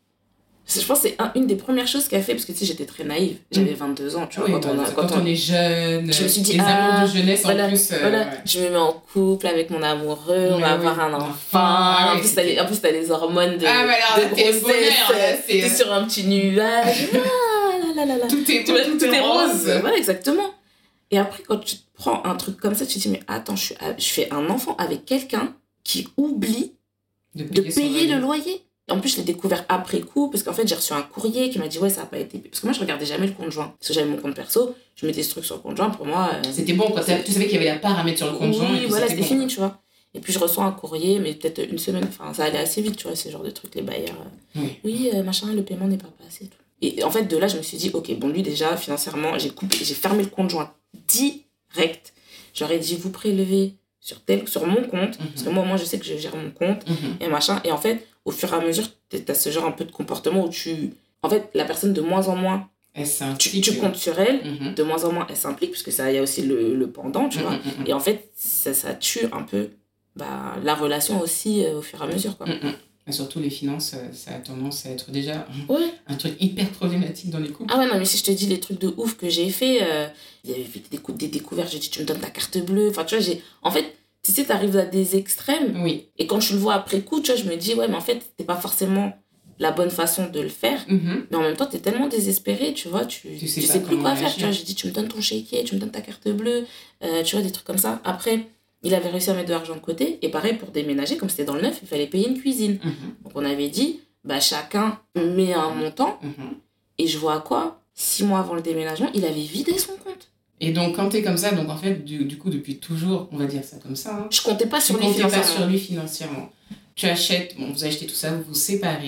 je pense que c'est un- une des premières choses qu'il a fait, parce que tu sais, j'étais très naïve. J'avais vingt-deux ans, tu vois. Oui, quand, bah, on a- quand, quand on- on est jeune, Je me suis dit, les ah, amours de jeunesse voilà, en plus. euh, voilà, ouais. je me mets en couple avec mon amoureux, on Oui, va oui. avoir un Enfant. enfant. Ah en, oui, plus, t'as les, en plus, t'as les hormones de, Ah, bah alors, de là, t'es grossesse. bonheur, là, euh, c'est- T'es sur un petit nuage. Ah, là, là, là, là. Tout est, Tu vois, tout, tout est rose. rose. Voilà, exactement. Et après, quand tu te prends un truc comme ça, tu te dis, mais attends, je, suis, je fais un enfant avec quelqu'un qui oublie De de son payer le loyer. loyer. En plus, je l'ai découvert après coup, parce qu'en fait, j'ai reçu un courrier qui m'a dit, ouais, ça n'a pas été... Parce que moi, je regardais jamais le conjoint. Parce que j'avais mon compte perso, je mettais ce truc sur le conjoint, pour moi... euh, C'était bon, quand tu savais qu'il y avait la part à mettre sur le conjoint. et oui, puis voilà, c'était bon, fini, quoi. tu vois. Et puis, je reçois un courrier, mais peut-être une semaine, enfin, ça allait assez vite, tu vois, ce genre de trucs, les bailleurs. euh, Oui. Oui, euh, machin, le paiement n'est pas passé, tout. Et en fait, de là, je me suis dit, ok, bon, lui, déjà, financièrement, j'ai coupé, j'ai fermé le conjoint direct. J'aurais dit, vous prélevez sur tel, sur mon compte, Mhm. parce que moi, moi, je sais que je gère mon compte, Mhm. et machin. Et en fait, au fur et à mesure, t'as ce genre un peu de comportement où tu... En fait, la personne, de moins en moins, Elle tu, s'implique. tu comptes sur elle, Mhm. de moins en moins, elle s'implique, parce que ça, il y a aussi le, le pendant, tu Mhm, vois. mhm, Et en fait, ça, ça tue un peu bah, la relation aussi euh, au fur et à mesure, quoi. mhm. Mhm. Et surtout, les finances, euh, ça a tendance à être déjà Ouais. un truc hyper problématique dans les couples. Ah ouais, non, mais si je te dis les trucs de ouf que j'ai fait, euh, il y avait des, décou- des découvertes, j'ai dit, tu me donnes ta carte bleue. Enfin, tu vois, j'ai... En fait, tu sais, t'arrives à des extrêmes. Oui. Et quand je le vois après coup, tu vois, je me dis, ouais, mais en fait, c'était pas forcément la bonne façon de le faire. Mhm. Mais en même temps, t'es tellement désespéré, tu vois, tu, Tu tu sais sais, pas plus comment quoi faire. réagir. Tu vois, j'ai dit, tu me donnes ton chéquier, tu me donnes ta carte bleue, euh, tu vois, des trucs comme ça. Après, il avait réussi à mettre de l'argent de côté. Et pareil, pour déménager, comme c'était dans le neuf, il fallait payer une cuisine. Mhm. Donc, on avait dit, bah, chacun met un montant. Mhm. Et je vois quoi? Six mois avant le déménagement, il avait vidé son compte. Et donc, quand t'es comme ça, donc en fait, du, du coup, depuis toujours, on va dire ça comme ça, hein, Je comptais pas tu sur lui comptais pas financièrement. sur lui financièrement. Tu achètes, bon, vous achetez tout ça, vous vous séparez,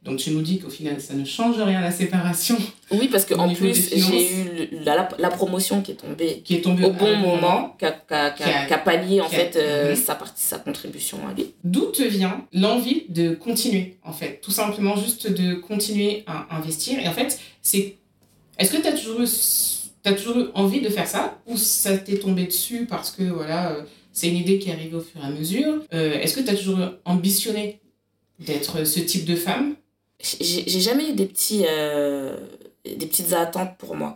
Donc tu nous dis qu'au final, ça ne change rien la séparation. Oui, parce qu'en niveau plus, des finances. j'ai eu le- la, la, la promotion qui est tombée Qui est tombé au bon à un moment, qui a, qui a, qui a, Qui a- qui a pallié en qui a- fait euh, Mhm. sa partie, sa contribution à lui. D'où te vient l'envie de continuer, en fait? Tout simplement juste de continuer à investir. Et en fait, c'est... Est-ce que tu as toujours, eu... t'as toujours eu envie de faire ça? Ou ça t'est tombé dessus parce que, voilà, euh, c'est une idée qui est arrivée au fur et à mesure? Euh, est-ce que tu as toujours ambitionné d'être ce type de femme? J'ai j'ai jamais eu des, petits, euh, des petites attentes pour moi.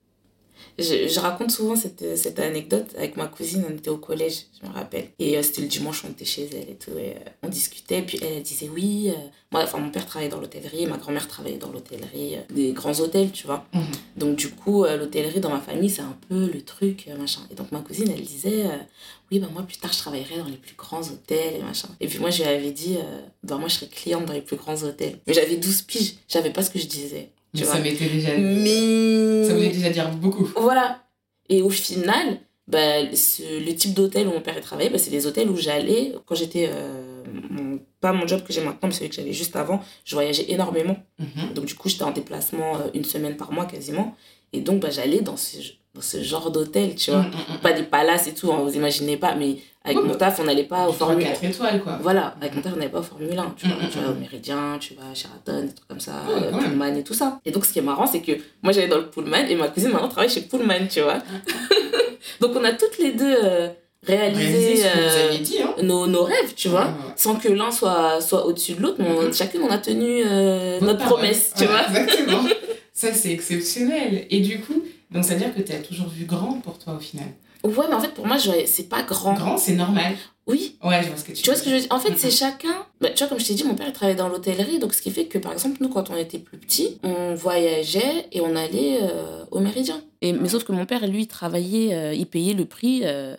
Je, je raconte souvent cette, cette anecdote avec ma cousine, on était au collège, je me rappelle. Et euh, c'était le dimanche, on était chez elle et tout, et euh, on discutait. Puis elle, elle disait oui, euh, moi, enfin mon père travaillait dans l'hôtellerie, ma grand-mère travaillait dans l'hôtellerie, euh, des grands hôtels, tu vois. Mhm. Donc du coup, euh, l'hôtellerie dans ma famille, c'est un peu le truc, euh, machin. Et donc ma cousine, elle disait, euh, oui, bah moi plus tard, je travaillerai dans les plus grands hôtels, et machin. Et puis moi, je lui avais dit, euh, bah moi, je serais cliente dans les plus grands hôtels. Mais j'avais douze piges, je savais pas ce que je disais. Mais Tu ça vois. m'était déjà... Mais... Ça voulait déjà dire beaucoup. Voilà. Et au final, bah, ce- le type d'hôtel où mon père travaillait, bah, c'est les hôtels où j'allais quand j'étais... euh, mon- pas mon job que j'ai maintenant, mais celui que j'avais juste avant. Je voyageais énormément. Mhm. Donc du coup, j'étais en déplacement euh, une semaine par mois quasiment. Et donc, bah, j'allais dans ce, dans ce genre d'hôtel, tu vois. Mhm, mhm. Pas des palaces et tout, hein, vous imaginez pas. Mais avec Ouais, mon bah, taf, on n'allait pas au trois, Formule quatre étoiles, quoi. Voilà, avec mon taf, on n'allait pas au Formule un. Tu vois, Mhm, tu vas au mhm. Méridien, tu vas à Sheraton, des trucs comme ça, Ouais, euh, quand même. Pullman et tout ça. Et donc, ce qui est marrant, c'est que moi, j'allais dans le Pullman et ma cousine, maintenant, travaille chez Pullman, tu vois. Donc, on a toutes les deux euh, réalisé Réaliser ce que vous euh, aviez dit, hein. nos, nos rêves, tu vois. Ouais, ouais, ouais. Sans que l'un soit, soit au-dessus de l'autre, mais on- Mhm. chacune, on a tenu euh, Votre notre parole. promesse, tu Voilà, vois. Exactement. Ça, c'est exceptionnel. Et du coup, donc ça veut dire que tu as toujours vu grand pour toi au final. Ouais, mais en fait, pour moi, je- c'est pas grand. Grand, c'est normal. Oui. Ouais, je vois ce que tu Tu vois ce que je veux dire? En fait, Mhm. c'est chacun. Bah, tu vois, comme je t'ai dit, mon père il travaillait dans l'hôtellerie, donc ce qui fait que, par exemple, nous, quand on était plus petits, on voyageait et on allait euh, au Méridien. Et, mais sauf que mon père, lui, il travaillait, euh, il payait le prix euh,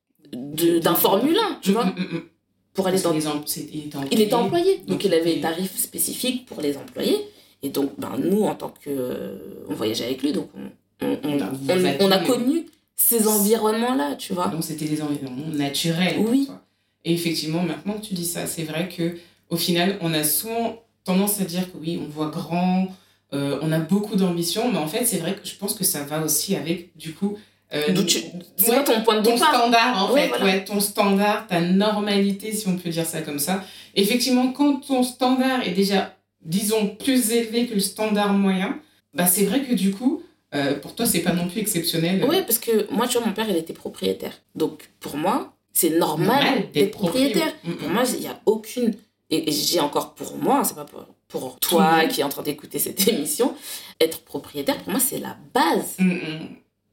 de- d'un Formule un, tu vois, Mm, mm, mm. pour aller Parce dans. que les em- c'est- il était employé. Il était employé, donc, Donc, il avait il- des tarifs spécifiques pour les employés. Et donc, ben, nous, en tant que. euh, on voyageait avec lui, donc on, on, on, Ben, vous on- vous on a accueillez. connu ces environnements-là, tu vois. Donc c'était des environnements naturels pour Oui. toi. Et effectivement, maintenant que tu dis ça, c'est vrai que au final, on a souvent tendance à dire que oui, on voit grand, euh, on a beaucoup d'ambition, mais en fait, c'est vrai que je pense que ça va aussi avec, du coup, euh, D'où tu- C'est ouais, pas ton point de ton départ. standard, en Ouais, fait, voilà. ouais, ton standard, ta normalité, si on peut dire ça comme ça. Effectivement, quand ton standard est déjà, disons, plus élevé que le standard moyen, bah c'est vrai que du coup, euh, pour toi, c'est pas non plus exceptionnel. euh, Oui, parce que moi, tu vois, mon père, il était propriétaire. Donc, pour moi, c'est normal, normal d'être propriétaire. Mm, mm. Pour moi, il n'y a aucune... Et et je dis encore pour moi, c'est pas pour, pour toi monde. qui est en train d'écouter cette émission. Être propriétaire, pour moi, c'est la base. Mm, mm.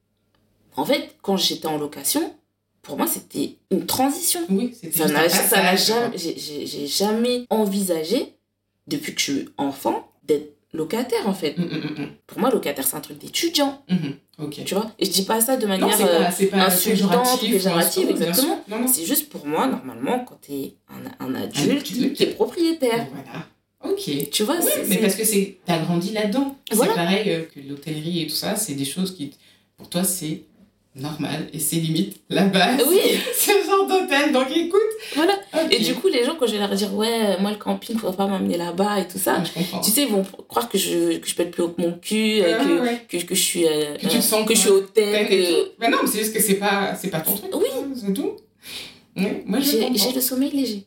En fait, quand j'étais en location, pour moi, c'était une transition. Oui, c'était Ça juste n'a un ça n'a passage, jamais... quoi. J'ai j'ai- j'ai jamais envisagé, depuis que je suis enfant, d'être locataire, en fait. Mm, mm, mm, Pour moi, locataire, c'est un truc d'étudiant, mm. Mhm, ok. tu vois. Et je dis pas ça de Non, manière... c'est euh, pas, c'est pas insultante, péjoratif, péjorative, bien sûr. exactement. Non, non. C'est juste pour moi, normalement, quand t'es un, un adulte, adulte. t'es propriétaire. Voilà. Ok. Tu vois, Oui, c'est... mais c'est- parce que c'est, t'as grandi là-dedans. Voilà. C'est pareil euh, que l'hôtellerie et tout ça, c'est des choses qui, pour toi, c'est normal et c'est limite la base. Oui, Ce genre d'hôtel. Donc écoute. voilà. Ok. Et du coup, les gens, quand je vais leur dire, ouais, moi, le camping, faudrait pas m'amener là-bas et tout ça, Ah, je comprends. tu sais, ils vont croire que je, que je peux être plus haut que mon cul, euh, Ah, que, ouais. que, que je suis... euh, Que tu te euh, sens que je suis hautaine, et que... tout. Mais non, mais c'est juste que c'est pas, c'est pas ton truc. Oui. hein, C'est tout. Oui, moi, je J'ai comprends. j'ai le sommeil léger.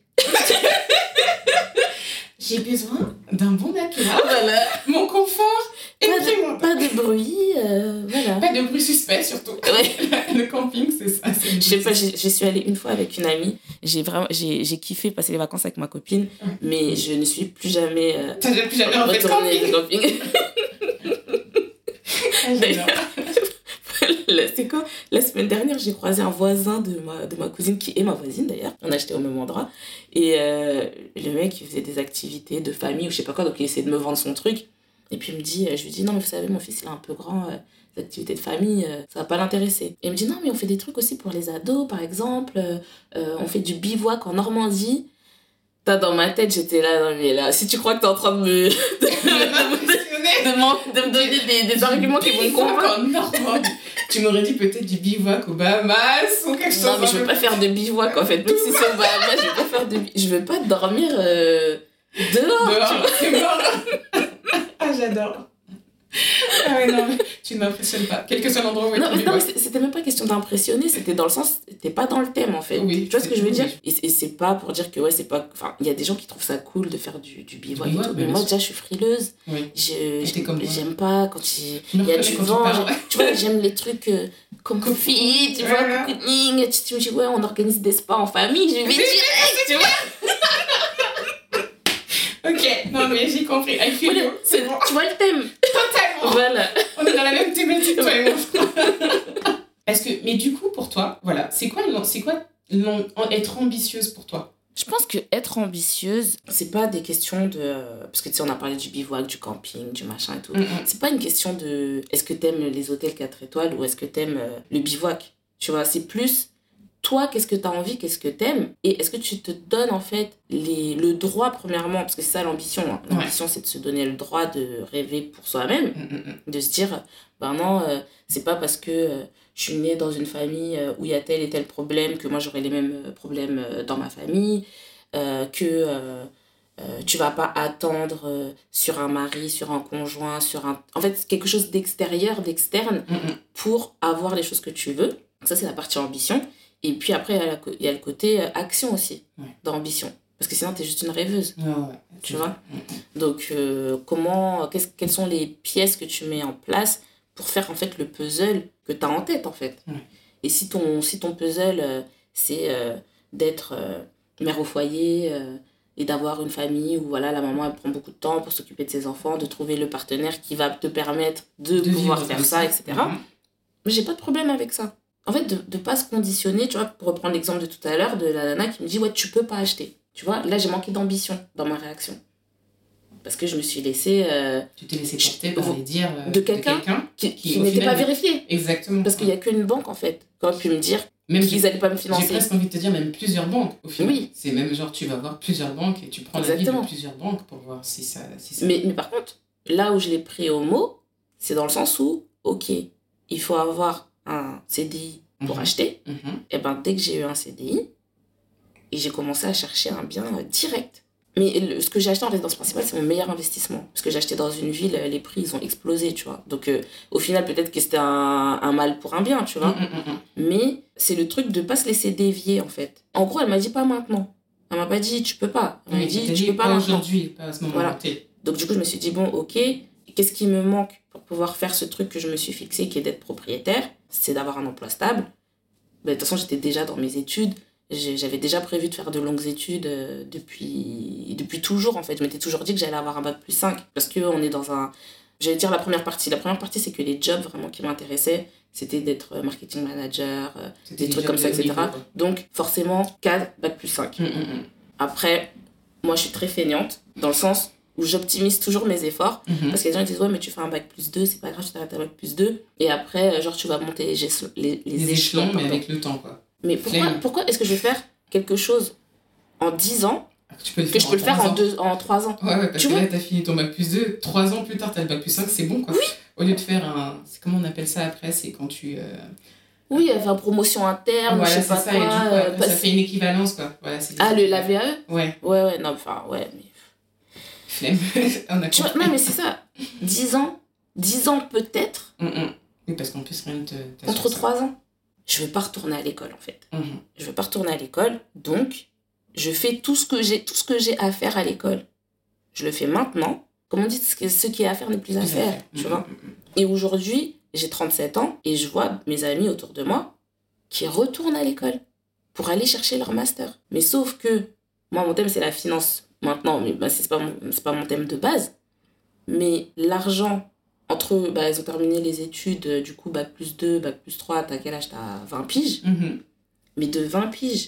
J'ai besoin d'un bon accueil. Voilà. Mon confort est Pas de, primordial. pas de bruit, euh, voilà. Pas de bruit suspect, surtout. Ouais. Le camping, c'est ça. c'est le Je sais bruit pas, suspect. j'y j'y suis allée une fois avec une amie. J'ai vraiment, j'ai, j'ai kiffé passer les vacances avec ma copine, mais je ne suis plus jamais euh, T'as déjà plus jamais en fait retournée camping. de camping. Ah, j'adore. Là, c'est quoi? La semaine dernière, j'ai croisé un voisin de ma, de ma cousine, qui est ma voisine d'ailleurs. On a acheté au même endroit. Et euh, le mec, il faisait des activités de famille ou je sais pas quoi, donc il essayait de me vendre son truc. Et puis il me dit, je lui dis, non, mais vous savez, mon fils, il est un peu grand, euh, les activités de famille, euh, ça va pas l'intéresser. Et il me dit, non, mais on fait des trucs aussi pour les ados, par exemple. Euh, euh, on fait du bivouac en Normandie. T'as, dans ma tête, j'étais là, non, mais là, si tu crois que t'es en train de me, de, Impressionné. de, m'en- de me donner des, des arguments qui vont me Bivouac convaincre. en Normandie. Tu m'aurais dit peut-être du bivouac aux Bahamas ou quelque chose. Non, mais un je veux peu pas faire de bivouac en fait. Même si c'est au Bahamas, je veux pas faire de bi- Je veux pas dormir euh, Dehors, Dehors, tu vois. c'est mort. Ah, j'adore. Ah ouais, non, mais tu ne m'impressionnes pas. Quel que soit l'endroit où Non, tu mais, non, mais vas. c'est- c'était même pas question d'impressionner, c'était dans le sens, t'es pas dans le thème en fait. Oui, Tu vois ce que je veux oui. dire? Et, et c'est pas pour dire que ouais, c'est pas. Enfin, il y a des gens qui trouvent ça cool de faire du, du bivouac et bivouac, tout, mais mais bien moi sûr. déjà je suis frileuse. Oui. Je, Et t'es comme moi. j'aime pas quand il Je me il y a reconnais du quand tu vent. parles. j'ai- Tu vois, j'aime les trucs euh, comme Comme- fit, tu Ouais, vois, ouais. cocooning. Tu, tu me dis, ouais, on organise des spas en famille, je vais direct, tu vois. Ok, non, mais j'ai compris. I feel Voilà, you. c'est- C'est bon. tu vois le thème. Totalement. Voilà. On est dans la même thématique, toi et moi. Parce que, mais du coup, pour toi, voilà, c'est quoi, l'am- c'est quoi l'am- être ambitieuse pour toi? Je pense que être ambitieuse, c'est pas des questions de. Parce que tu sais, on a parlé du bivouac, du camping, du machin et tout. Mm-mm. C'est pas une question de est-ce que t'aimes les hôtels quatre étoiles ou est-ce que t'aimes euh, le bivouac. Tu vois, c'est plus toi, qu'est-ce que t'as envie, qu'est-ce que t'aimes et est-ce que tu te donnes en fait les, le droit, premièrement, parce que c'est ça l'ambition. Hein. L'ambition, c'est de se donner le droit de rêver pour soi-même, Mm-mm. de se dire, ben non, euh, c'est pas parce que euh, je suis née dans une famille euh, où il y a tel et tel problème que moi j'aurai les mêmes euh, problèmes euh, dans ma famille, euh, que euh, euh, tu vas pas attendre euh, sur un mari, sur un conjoint, sur un... En fait, c'est quelque chose d'extérieur, d'externe Mm-mm. pour avoir les choses que tu veux. Ça, c'est la partie ambition. Et puis après, il y a, la co- il y a le côté euh, action aussi, Ouais. d'ambition. Parce que sinon, t'es juste une rêveuse. Ouais, ouais. Tu vois? Mm-mm. Donc, euh, comment, qu'est-ce, quelles sont les pièces que tu mets en place pour faire en fait le puzzle que tu as en tête en fait. Ouais. Et si ton, si ton puzzle, euh, c'est euh, d'être euh, mère au foyer euh, et d'avoir une famille où voilà, la maman elle prend beaucoup de temps pour s'occuper de ses enfants, de trouver le partenaire qui va te permettre de, De pouvoir vivre faire comme ça, et cetera. Mm-hmm. Mais j'ai pas de problème avec ça. En fait, de ne pas se conditionner, tu vois, pour reprendre l'exemple de tout à l'heure de la nana qui me dit ouais, tu peux pas acheter. Tu vois, là j'ai manqué d'ambition dans ma réaction. Parce que je me suis laissée. Euh, Tu t'es laissé porter par les dires euh, de quelqu'un qui, qui, qui au n'était final, pas vérifié. Exactement. Parce qu'il n'y a qu'une banque en fait. Qui aurait pu me dire Même qu'ils n'allaient pas me J'ai financer. presque envie de te dire même plusieurs banques au final. Oui. C'est même genre tu vas voir plusieurs banques et tu prends l'avis Exactement. de plusieurs banques pour voir si ça... Si ça... Mais, mais par contre, là où je l'ai pris au mot, c'est dans le sens où, ok, il faut avoir un C D I pour Mhm. acheter. Mhm. Et ben dès que j'ai eu un C D I, et j'ai commencé à chercher un bien euh, direct. Mais le- ce que j'ai acheté en résidence principale, c'est mon meilleur investissement. Parce que j'ai acheté dans une ville, euh, les prix, ils ont explosé, tu vois. Donc, euh, au final, peut-être que c'était un, un mal pour un bien, tu vois. Mm, mm, mm. Mais c'est le truc de pas se laisser dévier, en fait. En gros, elle m'a dit pas maintenant. Elle m'a pas dit tu peux pas. Elle m'a Oui, dit t'as tu peux pas pas maintenant. aujourd'hui, pas à ce moment-là. Voilà. T'es- Donc, du coup, je me suis dit bon, ok, qu'est-ce qui me manque pour pouvoir faire ce truc que je me suis fixé, qui est d'être propriétaire? C'est d'avoir un emploi stable. Ben, de toute façon, j'étais déjà dans mes études. J'ai- J'avais déjà prévu de faire de longues études euh, depuis, depuis toujours, en fait. Je m'étais toujours dit que j'allais avoir un bac plus cinq. Parce qu'on est dans un... J'allais dire la première partie. La première partie, c'est que les jobs vraiment qui m'intéressaient, c'était d'être euh, marketing manager, euh, C'était des trucs déjà comme ça, de haut et cetera. niveau, quoi. Donc, forcément, cadre, bac plus cinq. Mm, mm, mm. Après, moi, je suis très feignante, dans le sens où j'optimise toujours mes efforts. Mhm. Parce que les gens ils disent, ouais, mais tu fais un bac plus deux, c'est pas grave, tu t'arrêtes à bac plus deux. Et après, euh, genre, tu vas monter les, geslo- les, les Les échelons. échelons, mais pardon. avec le temps, quoi. Mais pourquoi, Flemme. pourquoi est-ce que je vais faire quelque chose en dix ans Tu peux le que je peux le faire trois en, ans. deux, en trois ans? Ouais, ouais, parce Tu que vois là, t'as fini ton bac plus deux, trois ans plus tard, t'as le bac plus cinq, c'est bon, quoi. Oui. Au lieu de faire un... C'est comment on appelle ça après? C'est quand tu... euh, Oui, elle fait une promotion interne, voilà, je sais c'est pas ça, quoi. et du coup, euh, après, ça passer- fait une équivalence, quoi. Voilà, c'est Ah, le, la V A E? Ouais, Ouais, ouais, non, enfin, ouais. Mais... flemme. On a Tu vois, compris. non, mais c'est ça. dix ans, dix ans peut-être, Mm, mm. Oui, parce qu'en plus, rien ne te... t'assure contre ça. trois ans. Je veux pas retourner à l'école, en fait. Mhm. Je veux pas retourner à l'école, donc je fais tout ce que j'ai tout ce que j'ai à faire à l'école. Je le fais maintenant. Comme on dit, ce qui ce qui est à faire n'est plus à Plus à faire, faire. tu Mm, vois. mm, mm. Et aujourd'hui, j'ai trente-sept ans et je vois mes amis autour de moi qui retournent à l'école pour aller chercher leur master. Mais sauf que moi, mon thème, c'est la finance maintenant, mais bah, c'est pas mon, c'est pas mon thème de base. Mais l'argent, entre, bah, ils ont terminé les études, euh, du coup, bac plus deux, bac plus trois, t'as quel âge? T'as vingt piges. Mhm. Mais de vingt piges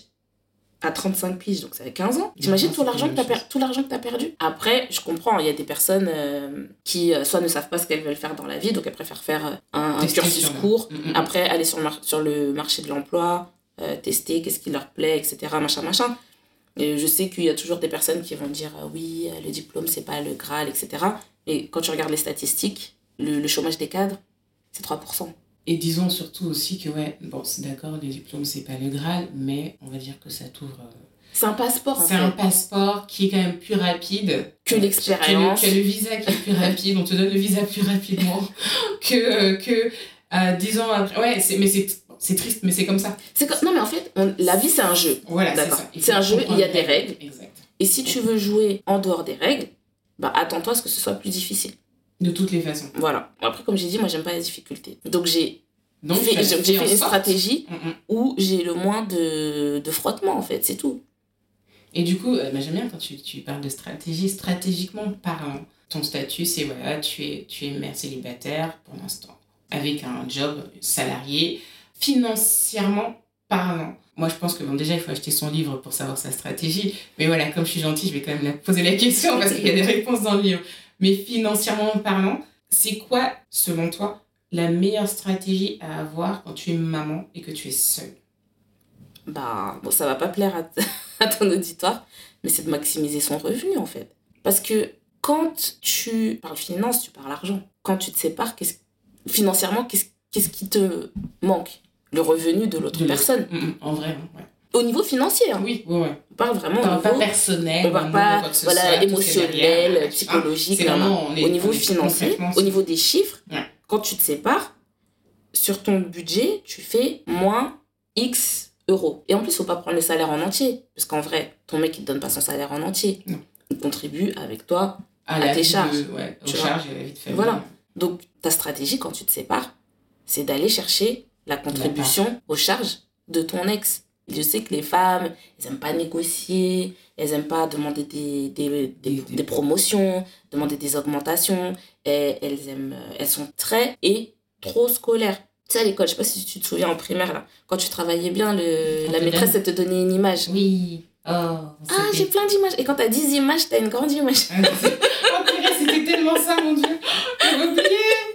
à trente-cinq piges, donc ça fait quinze ans. Ouais, T'imagines c'est tout l'argent la que t'as même per- chose. tout l'argent que t'as perdu? Après, je comprends, il y a des personnes euh, qui euh, soit ne savent pas ce qu'elles veulent faire dans la vie, donc elles préfèrent faire euh, un, un Tester cursus sur le- court, Mm, mm. après aller sur, le mar- sur le marché de l'emploi, euh, tester qu'est-ce qui leur plaît, et cetera. Machin, machin. Et je sais qu'il y a toujours des personnes qui vont dire euh, oui, euh, le diplôme, c'est pas le Graal, et cetera. Mais quand tu regardes les statistiques, le, le chômage des cadres, c'est trois pour cent. Et disons surtout aussi que, ouais, bon, c'est d'accord, les diplômes, c'est pas le Graal, mais on va dire que ça t'ouvre... euh, C'est un passeport, en C'est fait. un passeport qui est quand même plus rapide. Que Tu as, le, l'expérience. tu as le visa qui est plus rapide, on te donne le visa plus rapidement que, que euh, dix ans après. Ouais, c'est, mais c'est, c'est triste, mais c'est comme ça. C'est comme... Non, mais en fait, on... la vie, c'est un jeu. Voilà, c'est D'accord. ça. Il C'est faut un jeu, il y a comprendre des les règles. Exact. Et si tu veux jouer en dehors des règles, bah attends-toi à ce que ce soit plus difficile. De toutes les façons. Voilà. Après, comme j'ai dit, moi, j'aime pas la difficulté. Donc, j'ai Donc, fait, tu as j'ai, fait j'ai en fait une sorte- stratégie Mm, mm. où j'ai le moins de, de frottement, en fait. C'est tout. Et du coup, euh, bah, j'aime bien quand tu, tu parles de stratégie, stratégiquement parlant. Ton statut, c'est voilà, tu es, tu es mère célibataire pour l'instant, avec un job salarié, financièrement parlant. Moi, je pense que bon, déjà, il faut acheter son livre pour savoir sa stratégie. Mais voilà, comme je suis gentille, je vais quand même la poser la question parce qu'il y a des réponses dans le livre. Mais financièrement parlant, c'est quoi, selon toi, la meilleure stratégie à avoir quand tu es maman et que tu es seule? Bah, bon, ça va pas plaire à, t- à ton auditoire, mais c'est de maximiser son revenu, en fait. Parce que quand tu parles finance, tu parles argent. Quand tu te sépares, qu'est-ce... financièrement, qu'est-ce, qu'est-ce qui te manque? Le revenu de l'autre De l'autre. personne. Mm, mm, en vrai, ouais. Au niveau financier, hein. Oui, ouais, ouais. On parle vraiment On au parle pas niveau... personnel, On parle amour, pas quoi que ce voilà, soit, tout ce qu'il y a derrière, émotionnel, machin. psychologique. C'est non, non. vraiment, on est, Au niveau on est financier, concrètement, au c'est- niveau des chiffres, Ouais. quand tu te sépares, sur ton budget, tu fais moins X euros. Et en plus, il ne faut pas prendre le salaire en entier. Parce qu'en vrai, ton mec, il ne te donne pas son salaire en entier. Non. Il contribue avec toi. à, à la tes vie charges, de- ouais, aux tu vois. charges et à la vie de famille. Voilà. Donc, ta stratégie, quand tu te sépares, c'est d'aller chercher la contribution aux charges de ton ex. Je sais que les femmes, elles n'aiment pas négocier, elles n'aiment pas demander des, des, des, Des- des promotions, demander des augmentations. Et elles, aiment, elles sont très et trop scolaires. Tu sais, à l'école, je sais pas si tu te souviens en primaire, là, quand tu travaillais bien, le, On la te maîtresse, donne- elle te donnait une image. Oui. Oh, Ah, c'était- j'ai plein d'images. Et quand t'as dix images, t'as une grande image. Oh, purée, c'était tellement ça, mon Dieu. J'avais oublié.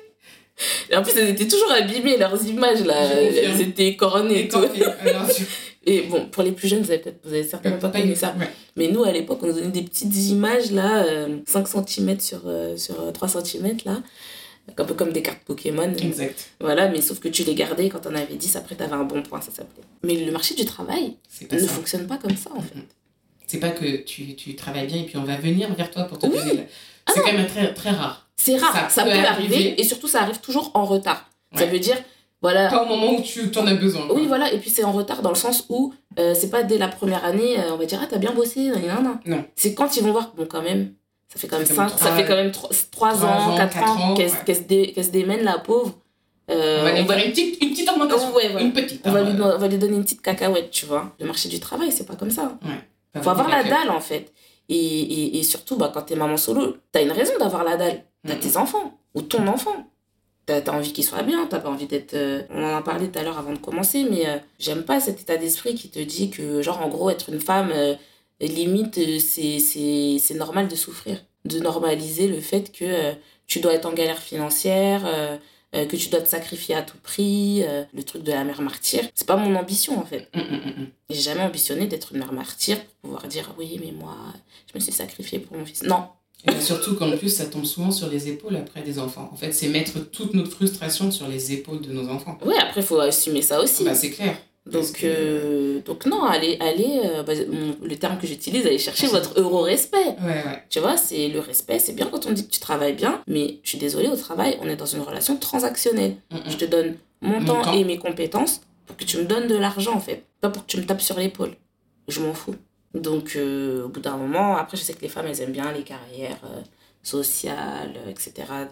Et en plus, elles étaient toujours abîmées, leurs images, là. Je confirme. Elles étaient cornées et Et tout. quand alors, je- Et bon, pour les plus jeunes, vous avez, peut-être, vous avez certainement pas connu ça. Ouais. Mais nous, à l'époque, on nous donnait des petites images, là, euh, cinq centimètres sur, euh, sur euh, trois centimètres, là. Un peu comme des cartes Pokémon. Exact. Voilà, mais sauf que tu les gardais quand on avait dix, après t'avais un bon point, ça s'appelait. Mais le marché du travail C'est pas ne ça. fonctionne pas comme ça, en fait. C'est pas que tu, tu travailles bien et puis on va venir vers toi pour te Oui. donner. la- C'est quand même très, très rare. C'est rare, ça, Ça peut peut arriver, arriver. et surtout, ça arrive toujours en retard. Ça Ouais. veut dire, voilà... Pas au moment où tu en as besoin. quoi. Oui, voilà, et puis c'est en retard dans le sens où euh, c'est pas dès la première année, euh, on va dire, ah, t'as bien bossé, nan, nan, nan. Non. C'est quand ils vont voir, bon, quand même, ça fait quand même Ça fait cinq, trois- ça fait quand même trois trois ans, ans, quatre quatre ans, ans, qu'elle ouais. qu'elle se, dé- qu'elle se démène, la pauvre. Euh, On va lui on va- faire une petite, une petite augmentation. Ouais, voilà. Une petite. on va hein, lui, ouais. don- on va lui donner une petite cacahuète, tu vois. Le marché du travail, c'est pas comme ça. Pas Faut avoir la vraiment dalle, en fait. Et, et, et surtout, bah, quand t'es maman solo, t'as une raison d'avoir la dalle. T'as Mhm. tes enfants, ou ton enfant. T'as t'as envie qu'il soit bien, t'as pas envie d'être... euh, On en a parlé tout à l'heure avant de commencer, mais euh, j'aime pas cet état d'esprit qui te dit que, genre, en gros, être une femme, euh, limite, euh, c'est, c'est, c'est normal de souffrir. De normaliser le fait que euh, tu dois être en galère financière, euh, euh, que tu dois te sacrifier à tout prix, euh, le truc de la mère martyre. C'est pas mon ambition, en fait. Hum, hum, hum, hum. J'ai jamais ambitionné d'être une mère martyre pour pouvoir dire oui, mais moi, je me suis sacrifiée pour mon fils. Non. Et bien, surtout qu'en plus, ça tombe souvent sur les épaules après des enfants. En fait, c'est mettre toute notre frustration sur les épaules de nos enfants. Oui, après, il faut assumer ça aussi. Bah, c'est clair. Parce donc, que- euh, donc, non, allez, allez euh, bah, mon- le terme que j'utilise, allez chercher votre euro-respect. Ouais, ouais. Tu vois, c'est le respect, c'est bien quand on dit que tu travailles bien, mais je suis désolée, au travail, on est dans une relation transactionnelle. Hum, hum. Je te donne mon, Mon temps, temps. et mes compétences pour que tu me donnes de l'argent, en fait. Pas pour que tu me tapes sur l'épaule. Je m'en fous. Donc, euh, au bout d'un moment, après, je sais que les femmes, elles aiment bien les carrières euh, sociales, euh, et cetera.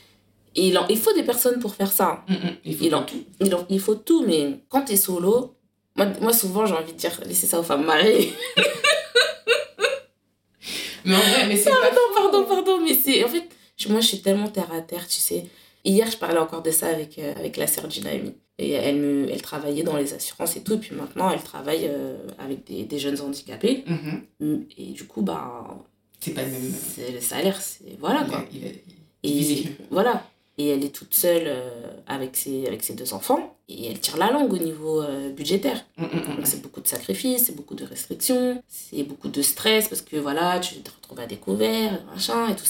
Et il, en- il faut des personnes pour faire ça. Hum, hum. Il faut Il, en, tout. il, en- il faut tout, mais quand t'es solo, moi, moi souvent, j'ai envie de dire, laissez ça aux femmes mariées. Mais en vrai, mais c'est pas Pardon, faux. pardon, pardon, mais c'est... En fait, je- moi, je suis tellement terre à terre, tu sais. Hier, je parlais encore de ça avec, euh, avec la sœur d'une amie. Et elle, me, elle travaillait dans les assurances et tout. Et puis maintenant, elle travaille euh, avec des, des jeunes handicapés. Mhm. Et du coup, bah, C'est pas le même. c'est, le salaire, c'est... Voilà, il a- quoi. il a- Et divisé. voilà. Et elle est toute seule euh, avec, ses, avec ses deux enfants. Et elle tire la langue au niveau euh, budgétaire. Hum, hum, hum. Donc c'est beaucoup de sacrifices, c'est beaucoup de restrictions, c'est beaucoup de stress parce que voilà, tu te retrouves à découvert, machin et tout ça.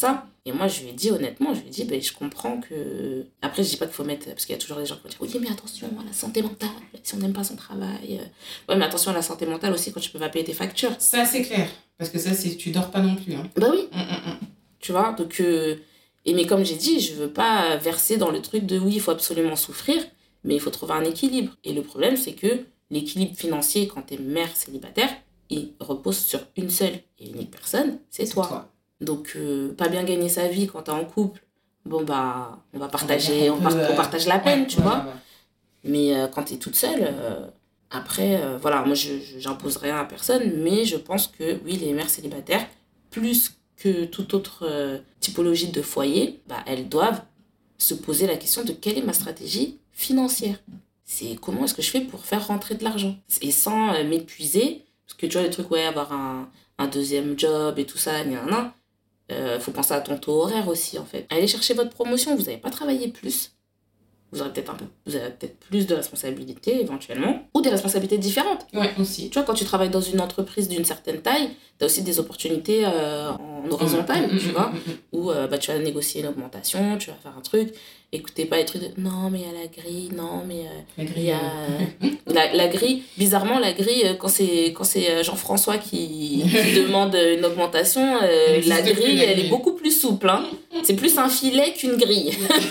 Et moi, je lui ai dit, honnêtement, je lui ai dit, ben, je comprends que... Après, je dis pas qu'il faut mettre... Parce qu'il y a toujours des gens qui vont dire, oui, mais attention à la santé mentale, si on n'aime pas son travail. Ouais, mais attention à la santé mentale aussi quand tu peux pas payer tes factures. Ça, c'est clair. Parce que ça, c'est tu dors pas non plus. Hein. Bah oui. Mm, mm, mm. Tu vois, donc... Euh... Et mais comme j'ai dit, je veux pas verser dans le truc de, oui, il faut absolument souffrir, mais il faut trouver un équilibre. Et le problème, c'est que l'équilibre financier, quand t'es mère célibataire, il repose sur une seule et unique personne, c'est, c'est toi. toi. Donc, euh, pas bien gagner sa vie quand t'es en couple, bon bah, on va partager, on, on, peut, on, part, euh... on partage la peine, ouais, tu ouais, vois. Ouais, ouais. Mais euh, quand t'es toute seule, euh, après, euh, voilà, moi je, je, j'impose rien à personne, mais je pense que oui, les mères célibataires, plus que toute autre euh, typologie de foyer, bah, elles doivent se poser la question de quelle est ma stratégie financière. C'est comment est-ce que je fais pour faire rentrer de l'argent et sans euh, m'épuiser, parce que tu vois, les trucs, ouais, avoir un, un deuxième job et tout ça, il y en a. Il euh, faut penser à ton taux horaire aussi, en fait. Allez chercher votre promotion, vous n'avez pas travaillé plus. Vous aurez peut-être un peu, vous avez peut-être plus de responsabilités, éventuellement. Ou des responsabilités différentes. Ouais, aussi. Tu vois, quand tu travailles dans une entreprise d'une certaine taille, tu as aussi des opportunités euh, en horizontal, mmh, tu mmh, vois, mmh, où euh, bah, tu vas négocier une augmentation, tu vas faire un truc. Écoutez pas les trucs de non, mais il y a la grille, non, mais euh, la grille, il y a euh, la, la grille. Bizarrement, la grille, quand c'est, quand c'est Jean-François qui, qui demande une augmentation, euh, la grille, la grille, elle est beaucoup plus souple. Hein. C'est plus un filet qu'une grille.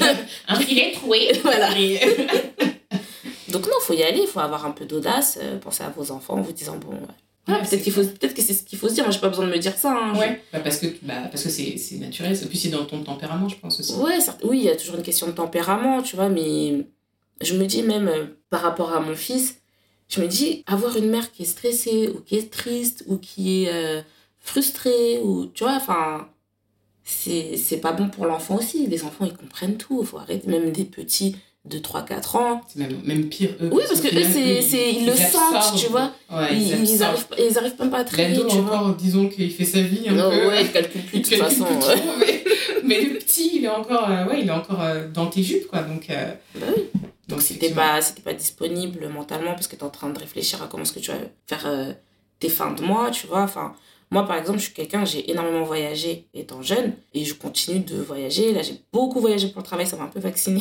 Un filet troué. Voilà. Donc, non, il faut y aller, il faut avoir un peu d'audace, euh, penser à vos enfants en vous disant bon. Ouais, ouais, peut-être, qu'il faut, peut-être que c'est ce qu'il faut se dire. Moi, j'ai pas besoin de me dire ça. Hein, ouais, je... bah parce que, bah, parce que c'est, c'est naturel. Et puis, c'est dans ton tempérament, je pense aussi. Ouais, certes, oui, il y a toujours une question de tempérament, tu vois. Mais je me dis même, euh, par rapport à mon fils, je me dis, avoir une mère qui est stressée ou qui est triste ou qui est euh, frustrée, ou, tu vois, enfin, c'est, c'est pas bon pour l'enfant aussi. Les enfants, ils comprennent tout. Il faut arrêter. Même des petits de trois quatre ans. C'est même, même pire, eux. Oui, parce que eux, c'est, c'est, ils, ils le sentent, tu vois. Ouais, ils, ils, ils, arrivent, ils arrivent même pas à trier, tu vois. Encore, disons qu'il fait sa vie un non, peu. Ouais, il calcule plus de toute façon. Plus ouais. trop, mais, mais le petit, il est encore, euh, ouais, il est encore euh, dans tes jupes, quoi. Donc, euh, bah oui. Donc, donc si t'es pas, si t'es pas disponible mentalement parce que t'es en train de réfléchir à comment est-ce que tu vas faire euh, tes fins de mois, tu vois. Enfin, moi, par exemple, je suis quelqu'un, j'ai énormément voyagé étant jeune et je continue de voyager. Là, j'ai beaucoup voyagé pour le travail, ça m'a un peu vaccinée.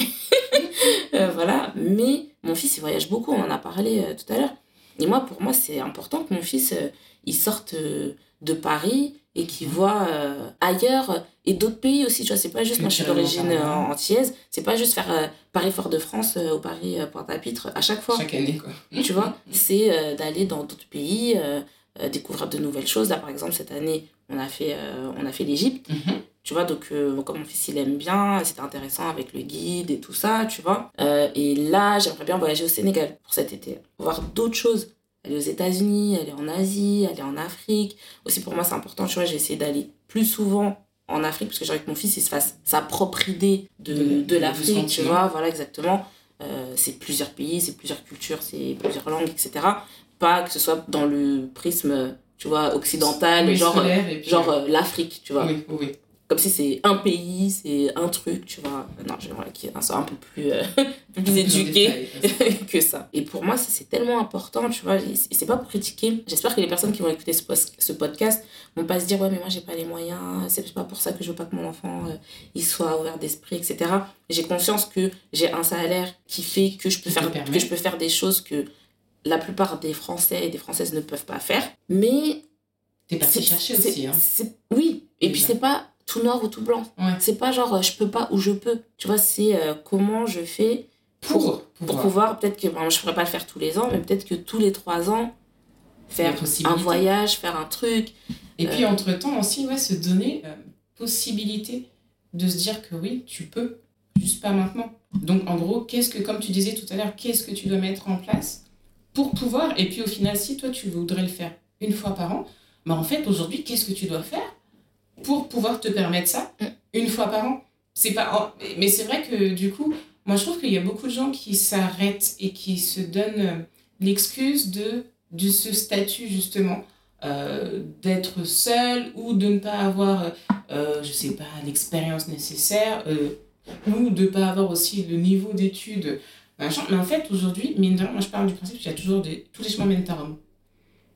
euh, voilà. Mais mon fils, il voyage beaucoup, on en a parlé euh, tout à l'heure. Et moi, pour moi, c'est important que mon fils, euh, il sorte euh, de Paris et qu'il voit euh, ailleurs et d'autres pays aussi. Tu vois, c'est pas juste, moi, je suis d'origine euh, antillaise, c'est pas juste faire euh, Paris-Fort-de-France euh, ou Paris-Pointe-à-Pitre à chaque fois. Chaque année, quoi. Tu vois, c'est euh, d'aller dans d'autres pays, euh, euh, découvrir de nouvelles choses. Là, par exemple, cette année, on a fait, euh, on a fait l'Égypte. Mm-hmm. Tu vois, donc euh, comme mon fils il aime bien, c'était intéressant avec le guide et tout ça, tu vois. Euh, et là, j'aimerais bien voyager au Sénégal pour cet été, voir d'autres choses. Aller aux États-Unis, aller en Asie, aller en Afrique. Aussi pour moi, c'est important, tu vois, j'ai essayé d'aller plus souvent en Afrique parce que j'ai envie que mon fils il se fasse sa propre idée de, de, de l'Afrique, tu vois, voilà, exactement. Euh, c'est plusieurs pays, c'est plusieurs cultures, c'est plusieurs langues, et cetera. Pas que ce soit dans le prisme, tu vois, occidental, oui, genre, puis, genre euh, l'Afrique, tu vois. Oui, oui. Comme si c'est un pays, c'est un truc, tu vois. Non, j'aimerais qu'il soit un peu plus, euh, plus éduqué que ça. Et pour moi, ça, c'est tellement important, tu vois. Et c'est pas pour critiquer. J'espère que les personnes qui vont écouter ce, post- ce podcast vont pas se dire « Ouais, mais moi, j'ai pas les moyens. C'est pas pour ça que je veux pas que mon enfant euh, il soit ouvert d'esprit, et cetera » J'ai conscience que j'ai un salaire qui fait que je peux, faire, que je peux faire des choses que la plupart des Français et des Françaises ne peuvent pas faire. Mais... T'es parti chercher aussi, hein. C'est, oui. Et, et puis, là. C'est pas... tout noir ou tout blanc. Ouais. C'est pas genre je peux pas ou je peux. Tu vois, c'est euh, comment je fais pour, pour, pouvoir. pour pouvoir. Peut-être que bon, je pourrais pas le faire tous les ans, mais peut-être que tous les trois ans, faire un voyage, faire un truc. Et euh... puis entre-temps aussi, ouais, se donner la euh, possibilité de se dire que oui, tu peux, juste pas maintenant. Donc en gros, qu'est-ce que, comme tu disais tout à l'heure, qu'est-ce que tu dois mettre en place pour pouvoir. Et puis au final, si toi tu voudrais le faire une fois par an, bah en fait aujourd'hui, qu'est-ce que tu dois faire pour pouvoir te permettre ça une fois par an. C'est pas... Mais c'est vrai que du coup, moi je trouve qu'il y a beaucoup de gens qui s'arrêtent et qui se donnent l'excuse de, de ce statut justement, euh, d'être seul ou de ne pas avoir, euh, je sais pas, l'expérience nécessaire euh, ou de ne pas avoir aussi le niveau d'études. Machin. Mais en fait, aujourd'hui, mine de rien, moi je parle du principe qu'il y a toujours des... tous les chemins mènent à Rome.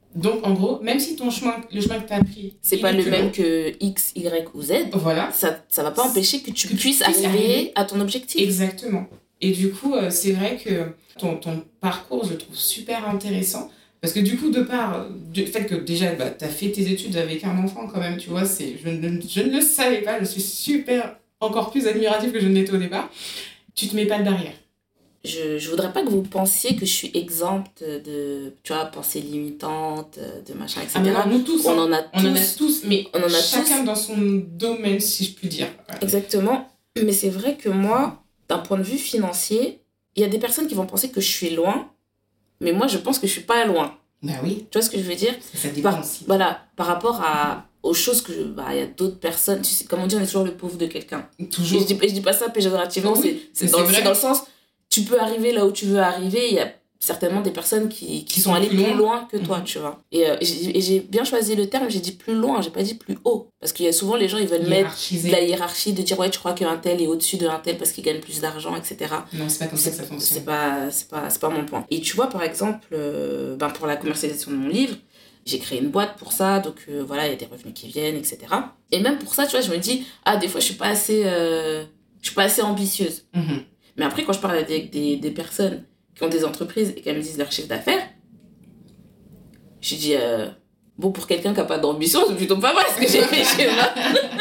Donc, en gros, même si ton chemin, le chemin que tu as pris... C'est pas le même que X, Y ou Z. Voilà. Ça, ça va pas empêcher que tu que tu puisses puisses arriver, arriver à ton objectif. Exactement. Et du coup, euh, c'est vrai que ton, ton parcours, je le trouve super intéressant. Parce que du coup, de part du fait que déjà, bah, tu as fait tes études avec un enfant quand même, tu vois, c'est, je, ne, je ne le savais pas, je suis super, encore plus admirative que je ne l'étais au départ. Tu te mets pas de barrière. Je, je voudrais pas que vous pensiez que je suis exempte de, tu vois, pensées limitantes, de machin, et cetera. Ah, mais non, nous tous, on hein. en a tous. On en a tous, mais on en a chacun tous. dans son domaine, si je puis dire. Ouais. Exactement. Mais c'est vrai que moi, d'un point de vue financier, il y a des personnes qui vont penser que je suis loin, mais moi, je pense que je suis pas loin. Bah oui. Tu vois ce que je veux dire ? Ça dépend par, aussi. Voilà, par rapport à, aux choses que... Bah, il y a d'autres personnes, tu sais, comme on dit, on est toujours le pauvre de quelqu'un. Toujours. Et je dis, et je dis pas ça péjorativement, Oui, c'est, c'est, dans, c'est dans le sens, tu peux arriver là où tu veux arriver, il y a certainement des personnes qui, qui, qui sont, sont allées plus loin, loin que toi, mmh. tu vois. Et, euh, et, j'ai, et j'ai bien choisi le terme, j'ai dit plus loin, j'ai pas dit plus haut. Parce qu'il y a souvent, les gens, ils veulent mettre de la hiérarchie, de dire, ouais, tu crois qu'un tel est au-dessus d'un tel parce qu'il gagne plus d'argent, et cetera. Non, c'est pas comme ça que ça fonctionne. C'est pas, c'est pas, c'est pas mon point. Et tu vois, par exemple, euh, ben, pour la commercialisation de mon livre, j'ai créé une boîte pour ça, donc euh, voilà, il y a des revenus qui viennent, et cetera. Et même pour ça, tu vois, je me dis, ah, des fois, je suis pas assez, euh, je suis pas assez ambitieuse. Mmh. Mais après, quand je parle avec des, des personnes qui ont des entreprises et qu'elles me disent leur chiffre d'affaires, je dis, euh, bon, pour quelqu'un qui n'a pas d'ambition, c'est plutôt pas mal ce que j'ai fait chez moi.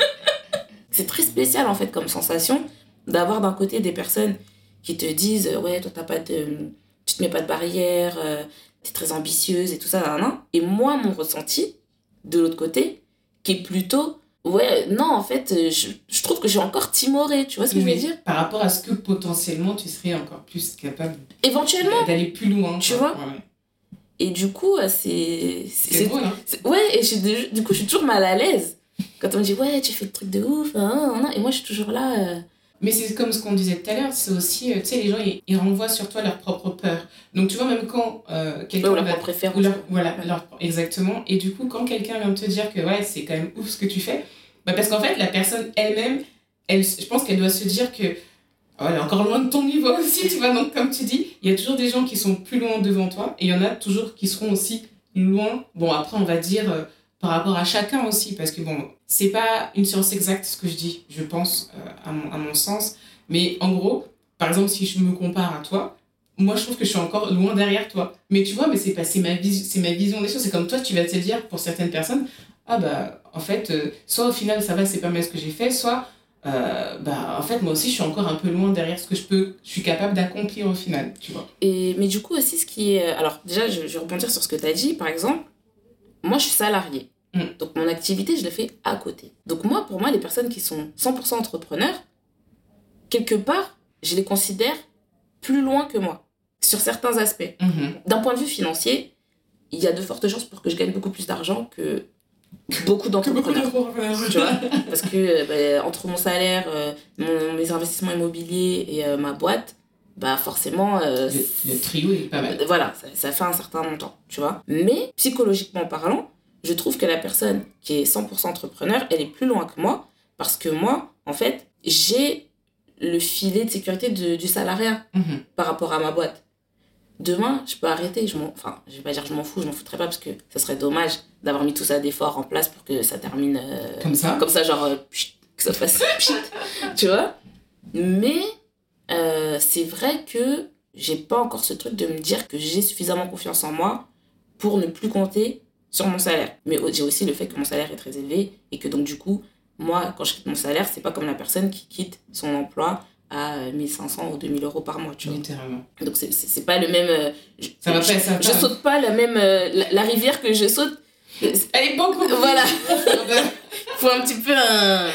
C'est très spécial, en fait, comme sensation d'avoir d'un côté des personnes qui te disent, ouais, toi, t'as pas de, tu te mets pas de barrière, euh, t'es très ambitieuse et tout ça, nan, nan. Et moi, mon ressenti, de l'autre côté, qui est plutôt... Ouais, non, en fait, je, je trouve que j'ai encore timoré, tu vois ce que mais je veux dire ? Par rapport à ce que potentiellement tu serais encore plus capable éventuellement d'aller plus loin. Tu quoi. vois ouais. Et du coup, c'est... C'est, c'est drôle, hein. C'est, ouais, et je, du coup, je suis toujours mal à l'aise. Quand on me dit, ouais, tu fais le truc de ouf, hein, hein, hein, et moi, je suis toujours là... Euh... Mais c'est comme ce qu'on disait tout à l'heure, c'est aussi, tu sais, les gens, ils, ils renvoient sur toi leur propre peur. Donc, tu vois, même quand euh, quelqu'un... Ouais, ou leur va... propre préférence. Ou leur... Voilà, leur... exactement. Et du coup, quand quelqu'un vient te dire que, ouais, c'est quand même ouf ce que tu fais, bah parce qu'en fait, la personne elle-même, elle, je pense qu'elle doit se dire que oh, elle est encore loin de ton niveau aussi, tu vois. Donc, comme tu dis, il y a toujours des gens qui sont plus loin devant toi et il y en a toujours qui seront aussi loin. Bon, après, on va dire euh, par rapport à chacun aussi, parce que bon, c'est pas une science exacte ce que je dis, je pense, euh, à, mon, à mon sens. Mais en gros, par exemple, si je me compare à toi, moi, je trouve que je suis encore loin derrière toi. Mais tu vois, mais c'est, pas, c'est, ma, vis- c'est ma vision des choses. C'est comme toi, tu vas te dire, pour certaines personnes, ah bah, en fait, euh, soit au final, ça va, c'est pas mal ce que j'ai fait, soit, euh, bah, en fait, moi aussi, je suis encore un peu loin derrière ce que je peux, je suis capable d'accomplir au final, tu vois. Et, mais du coup, aussi, ce qui est... Alors, déjà, je, je vais rebondir sur ce que tu as dit. Par exemple, moi, je suis salariée. Mm. Donc, mon activité, je la fais à côté. Donc, moi, pour moi, les personnes qui sont cent pour cent entrepreneurs, quelque part, je les considère plus loin que moi, sur certains aspects. Mm-hmm. D'un point de vue financier, il y a de fortes chances pour que je gagne beaucoup plus d'argent que beaucoup d'entrepreneurs. Tu vois, parce que bah, entre mon salaire, euh, mon, mes investissements immobiliers et euh, ma boîte, bah forcément... Euh, le, le trio est pas mal. Voilà, ça, ça fait un certain montant, tu vois. Mais, psychologiquement parlant, je trouve que la personne qui est cent pour cent entrepreneur, elle est plus loin que moi, parce que moi, en fait, j'ai le filet de sécurité de, du salariat Mm-hmm. par rapport à ma boîte. Demain, je peux arrêter. Je m'en... Enfin, je vais pas dire que je m'en fous, je m'en foutrais pas parce que ça serait dommage d'avoir mis tout ça d'efforts en place pour que ça termine... Euh, comme ça Comme ça, genre, euh, pchit, que ça fasse pchit, tu vois. Mais euh, c'est vrai que j'ai pas encore ce truc de me dire que j'ai suffisamment confiance en moi pour ne plus compter sur mon salaire. Mais j'ai aussi le fait que mon salaire est très élevé et que donc, du coup, moi, quand je quitte mon salaire, c'est pas comme la personne qui quitte son emploi à mille cinq cents ou deux mille euros par mois, tu vois. Littéralement. Donc, c'est, c'est, c'est pas le même... Euh, je, ça va je, pas, ça va je pas. saute pas la même... Euh, la, la rivière que je saute... Elle est beaucoup plus... Voilà. Faut un petit peu un...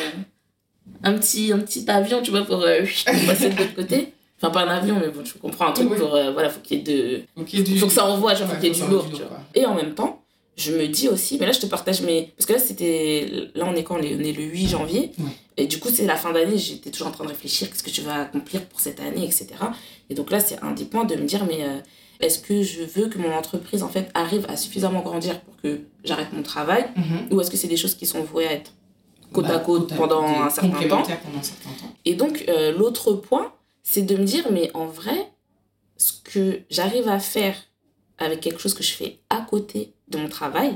Un petit, un petit avion, tu vois, pour, euh, pour passer de l'autre côté. Enfin, pas un avion, mais bon, je comprends un truc oui. pour... Euh, voilà, faut qu'il y ait de... Faut, qu'il y ait du... faut que ça envoie, genre, ouais, faut qu'il y ait faut du lourd, du tu lourd vois. quoi. Et en même temps, je me dis aussi... Mais là, je te partage mes... Parce que là, c'était... Là, on est quand? On est le huit janvier. Ouais. Et du coup, c'est la fin d'année. J'étais toujours en train de réfléchir. Qu'est-ce que tu vas accomplir pour cette année, et cetera. Et donc là, c'est un des points de me dire, mais... Euh, est-ce que je veux que mon entreprise, en fait, arrive à suffisamment grandir pour que j'arrête mon travail? Mm-hmm. Ou est-ce que c'est des choses qui sont vouées à être côte bah, à côte, côte pendant, un certain temps. pendant un certain temps. Et donc, euh, l'autre point, c'est de me dire, mais en vrai, ce que j'arrive à faire avec quelque chose que je fais à côté de mon travail,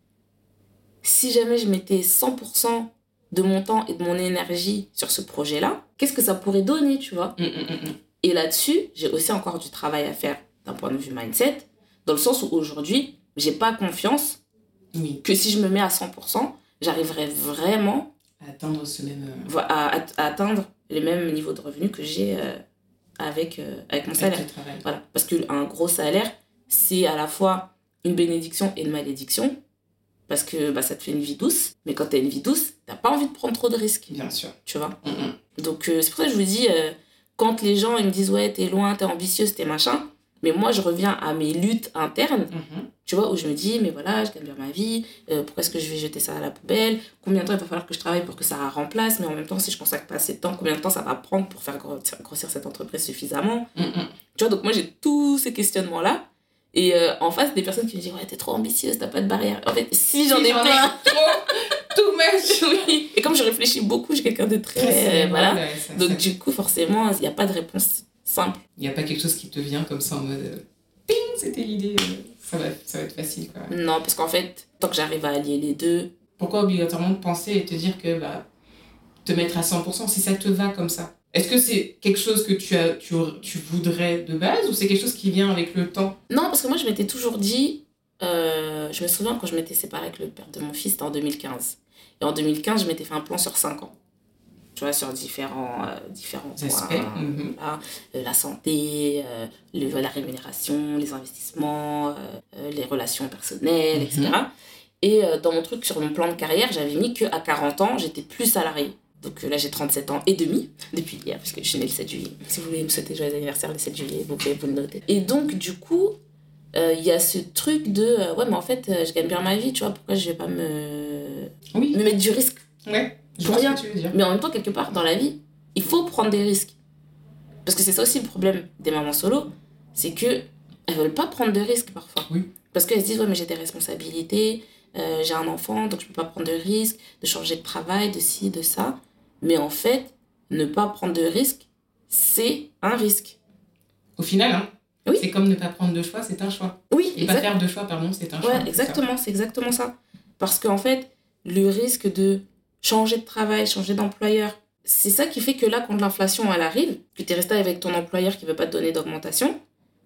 si jamais je mettais cent pour cent de mon temps et de mon énergie sur ce projet-là, qu'est-ce que ça pourrait donner, tu vois? Mm, mm, mm. Et là-dessus, j'ai aussi encore du travail à faire d'un point de vue mindset, dans le sens où aujourd'hui, j'ai pas confiance Oui, que si je me mets à cent pour cent, j'arriverai vraiment atteindre ce même... euh, vo- à, à- à atteindre le même niveau de revenu que j'ai euh, avec, euh, avec mon salaire. avec le travail. Voilà. Parce qu'un gros salaire, c'est à la fois une bénédiction et une malédiction. Parce que bah, ça te fait une vie douce. Mais quand t'as une vie douce, t'as pas envie de prendre trop de risques. Bien sûr. Tu vois. Mm, mm. Donc, euh, c'est pour ça que je vous dis, euh, quand les gens ils me disent, ouais, t'es loin, t'es ambitieuse, t'es machin. Mais moi, je reviens à mes luttes internes. Mhm. Tu vois, où je me dis, mais voilà, je gagne bien ma vie. euh, pourquoi est-ce que je vais jeter ça à la poubelle? Combien de temps il va falloir que je travaille pour que ça remplace? Mais en même temps, si je consacre pas assez de temps, combien de temps ça va prendre pour faire grossir, grossir cette entreprise suffisamment? Mm, mm. Tu vois, donc moi, j'ai tous ces questionnements-là. Et euh, en face, des personnes qui me disent, ouais, t'es trop ambitieuse, t'as pas de barrière. En fait, si j'en Si ai j'en ai pas. trop, too much. Oui. Et comme je réfléchis beaucoup, je suis quelqu'un de très. Très euh, voilà. ouais, ça- Donc, ça- du coup, forcément, il n'y a pas de réponse simple. Il n'y a pas quelque chose qui te vient comme ça en mode euh, ping, c'était l'idée, euh, ça va, ça va être facile quoi. Non, parce qu'en fait, tant que j'arrive à allier les deux, Pourquoi obligatoirement de penser et te dire que bah, te mettre à cent pour cent si ça te va comme ça? Est-ce que c'est quelque chose que tu, as, tu, aurais- tu voudrais de base ou c'est quelque chose qui vient avec le temps? non, parce que moi, je m'étais toujours dit. euh, je me souviens quand je m'étais séparée avec le père de mon fils, c'était en deux mille quinze. Et en deux mille quinze, je m'étais fait un plan sur cinq ans. Tu vois, sur différents, euh, différents Aspects. points. Mhm. Voilà. Euh, la santé, euh, le, la rémunération, les investissements, euh, euh, les relations personnelles, Mhm. et cetera. Et euh, dans mon truc, sur mon plan de carrière, j'avais mis qu'à quarante ans, j'étais plus salariée. Donc euh, là, j'ai trente-sept ans et demi, depuis hier, parce que je suis née le sept juillet. Si vous voulez me souhaiter joyeux anniversaire le sept juillet, vous pouvez vous le noter. Et donc, du coup, il euh, y a ce truc de euh, ouais, mais en fait, euh, je gagne bien ma vie, tu vois, pourquoi je vais pas me, Oui, me mettre du risque? ouais, je Pour vois rien. ce que tu veux dire. Mais en même temps, quelque part, dans la vie, il faut prendre des risques. Parce que c'est ça aussi le problème des mamans solo, c'est qu'elles ne veulent pas prendre de risques parfois. Oui. Parce qu'elles se disent, ouais, mais j'ai des responsabilités, euh, j'ai un enfant, donc je ne peux pas prendre de risques, de changer de travail, de ci, de ça. Mais en fait, ne pas prendre de risques, c'est un risque. Au final, hein, Oui. c'est comme ne pas prendre de choix, c'est un choix. Oui, Et pas faire de choix, pardon, c'est un choix. Ouais, c'est exactement, c'est exactement ça. Parce qu'en fait, le risque de changer de travail, changer d'employeur, c'est ça qui fait que là, quand l'inflation elle arrive, que tu es resté avec ton employeur qui ne veut pas te donner d'augmentation,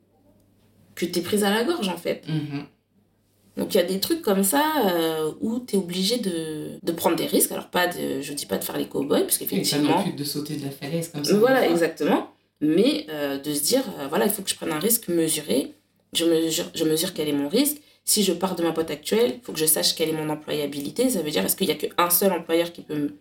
que tu es prise à la gorge en fait. ça. Mhm. Donc il y a des trucs comme ça euh, où tu es obligé de, de prendre des risques. Alors pas de, je dis pas de faire les cow-boys, parce Et pas non qu'effectivement... plus de sauter de la falaise comme ça. Voilà, des fois. exactement. Mais euh, de se dire, euh, voilà, il faut que je prenne un risque mesuré. Je mesure, je mesure quel est mon risque. Si je pars de ma boîte actuelle, il faut que je sache quelle est mon employabilité. Ça veut dire, est-ce qu'il n'y a qu'un seul employeur qui peut me,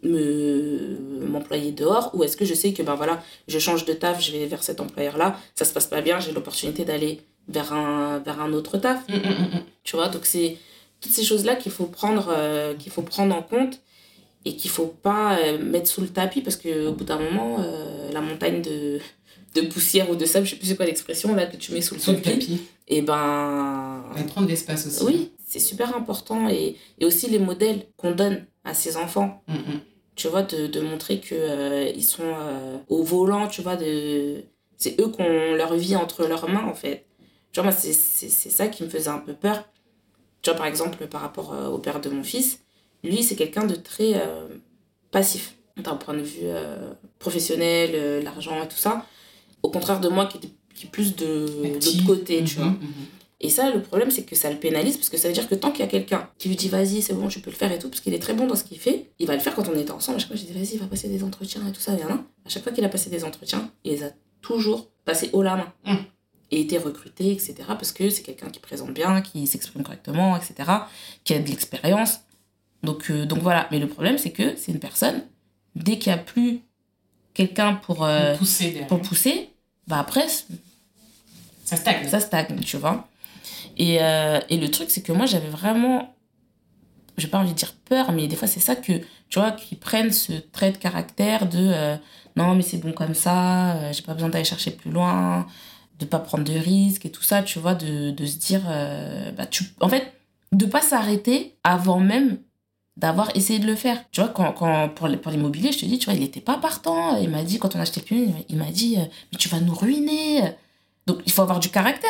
me- m'employer dehors, ou est-ce que je sais que ben voilà, je change de taf, je vais vers cet employeur-là, ça se passe pas bien, j'ai l'opportunité d'aller vers un, vers un autre taf. Mm, mm, mm, mm. Tu vois, donc c'est toutes ces choses-là qu'il faut prendre, euh, qu'il faut prendre en compte et qu'il faut pas euh, mettre sous le tapis, parce qu'au bout d'un moment, euh, la montagne de, de poussière ou de sable, je sais plus c'est quoi l'expression là que tu mets sous le Sous le tapis, tapis. et ben On va prendre l'espace aussi. oui, c'est super important. Et, et aussi les modèles qu'on donne à ces enfants, Mm, mm. tu vois, de, de montrer que euh, ils sont euh, au volant, tu vois, de... c'est eux qui ont leur vie entre leurs mains en fait. Tu vois, moi, c'est, c'est, c'est ça qui me faisait un peu peur. Tu vois, par exemple, par rapport euh, au père de mon fils, lui, c'est quelqu'un de très euh, passif, d'un point de vue euh, professionnel, euh, l'argent et tout ça. Au contraire de moi, qui est, qui est plus de Actif. l'autre côté, tu Mhm, vois. mhm. Et ça, le problème, c'est que ça le pénalise, parce que ça veut dire que tant qu'il y a quelqu'un qui lui dit vas-y, c'est bon, tu peux le faire et tout, parce qu'il est très bon dans ce qu'il fait, il va le faire. Quand on était ensemble, à chaque fois, j'ai dit vas-y, va passer des entretiens et tout ça, et rien. À chaque fois qu'il a passé des entretiens, il les a toujours passés haut la main. Mm. Et été recruté, et cetera. Parce que c'est quelqu'un qui présente bien, qui s'exprime correctement, et cetera. Qui a de l'expérience. Donc, euh, donc voilà. Mais le problème, c'est que c'est une personne, dès qu'il n'y a plus quelqu'un pour, euh, Pour pousser derrière. pour pousser, bah après, Ça stagne. ça stagne, tu vois. Et, euh, et le truc, c'est que moi, j'avais vraiment, j'ai pas envie de dire peur, mais des fois, c'est ça que, tu vois, qu'ils prennent ce trait de caractère de euh, non, mais c'est bon comme ça, euh, j'ai pas besoin d'aller chercher plus loin, de pas prendre de risques et tout ça, tu vois, de, de se dire, euh, bah, tu, en fait, de pas s'arrêter avant même d'avoir essayé de le faire. Tu vois, quand, quand, pour, pour l'immobilier, je te dis, tu vois, il était pas partant. Il m'a dit, quand on a acheté le pied, il m'a dit, euh, mais tu vas nous ruiner. Donc, il faut avoir du caractère, hein.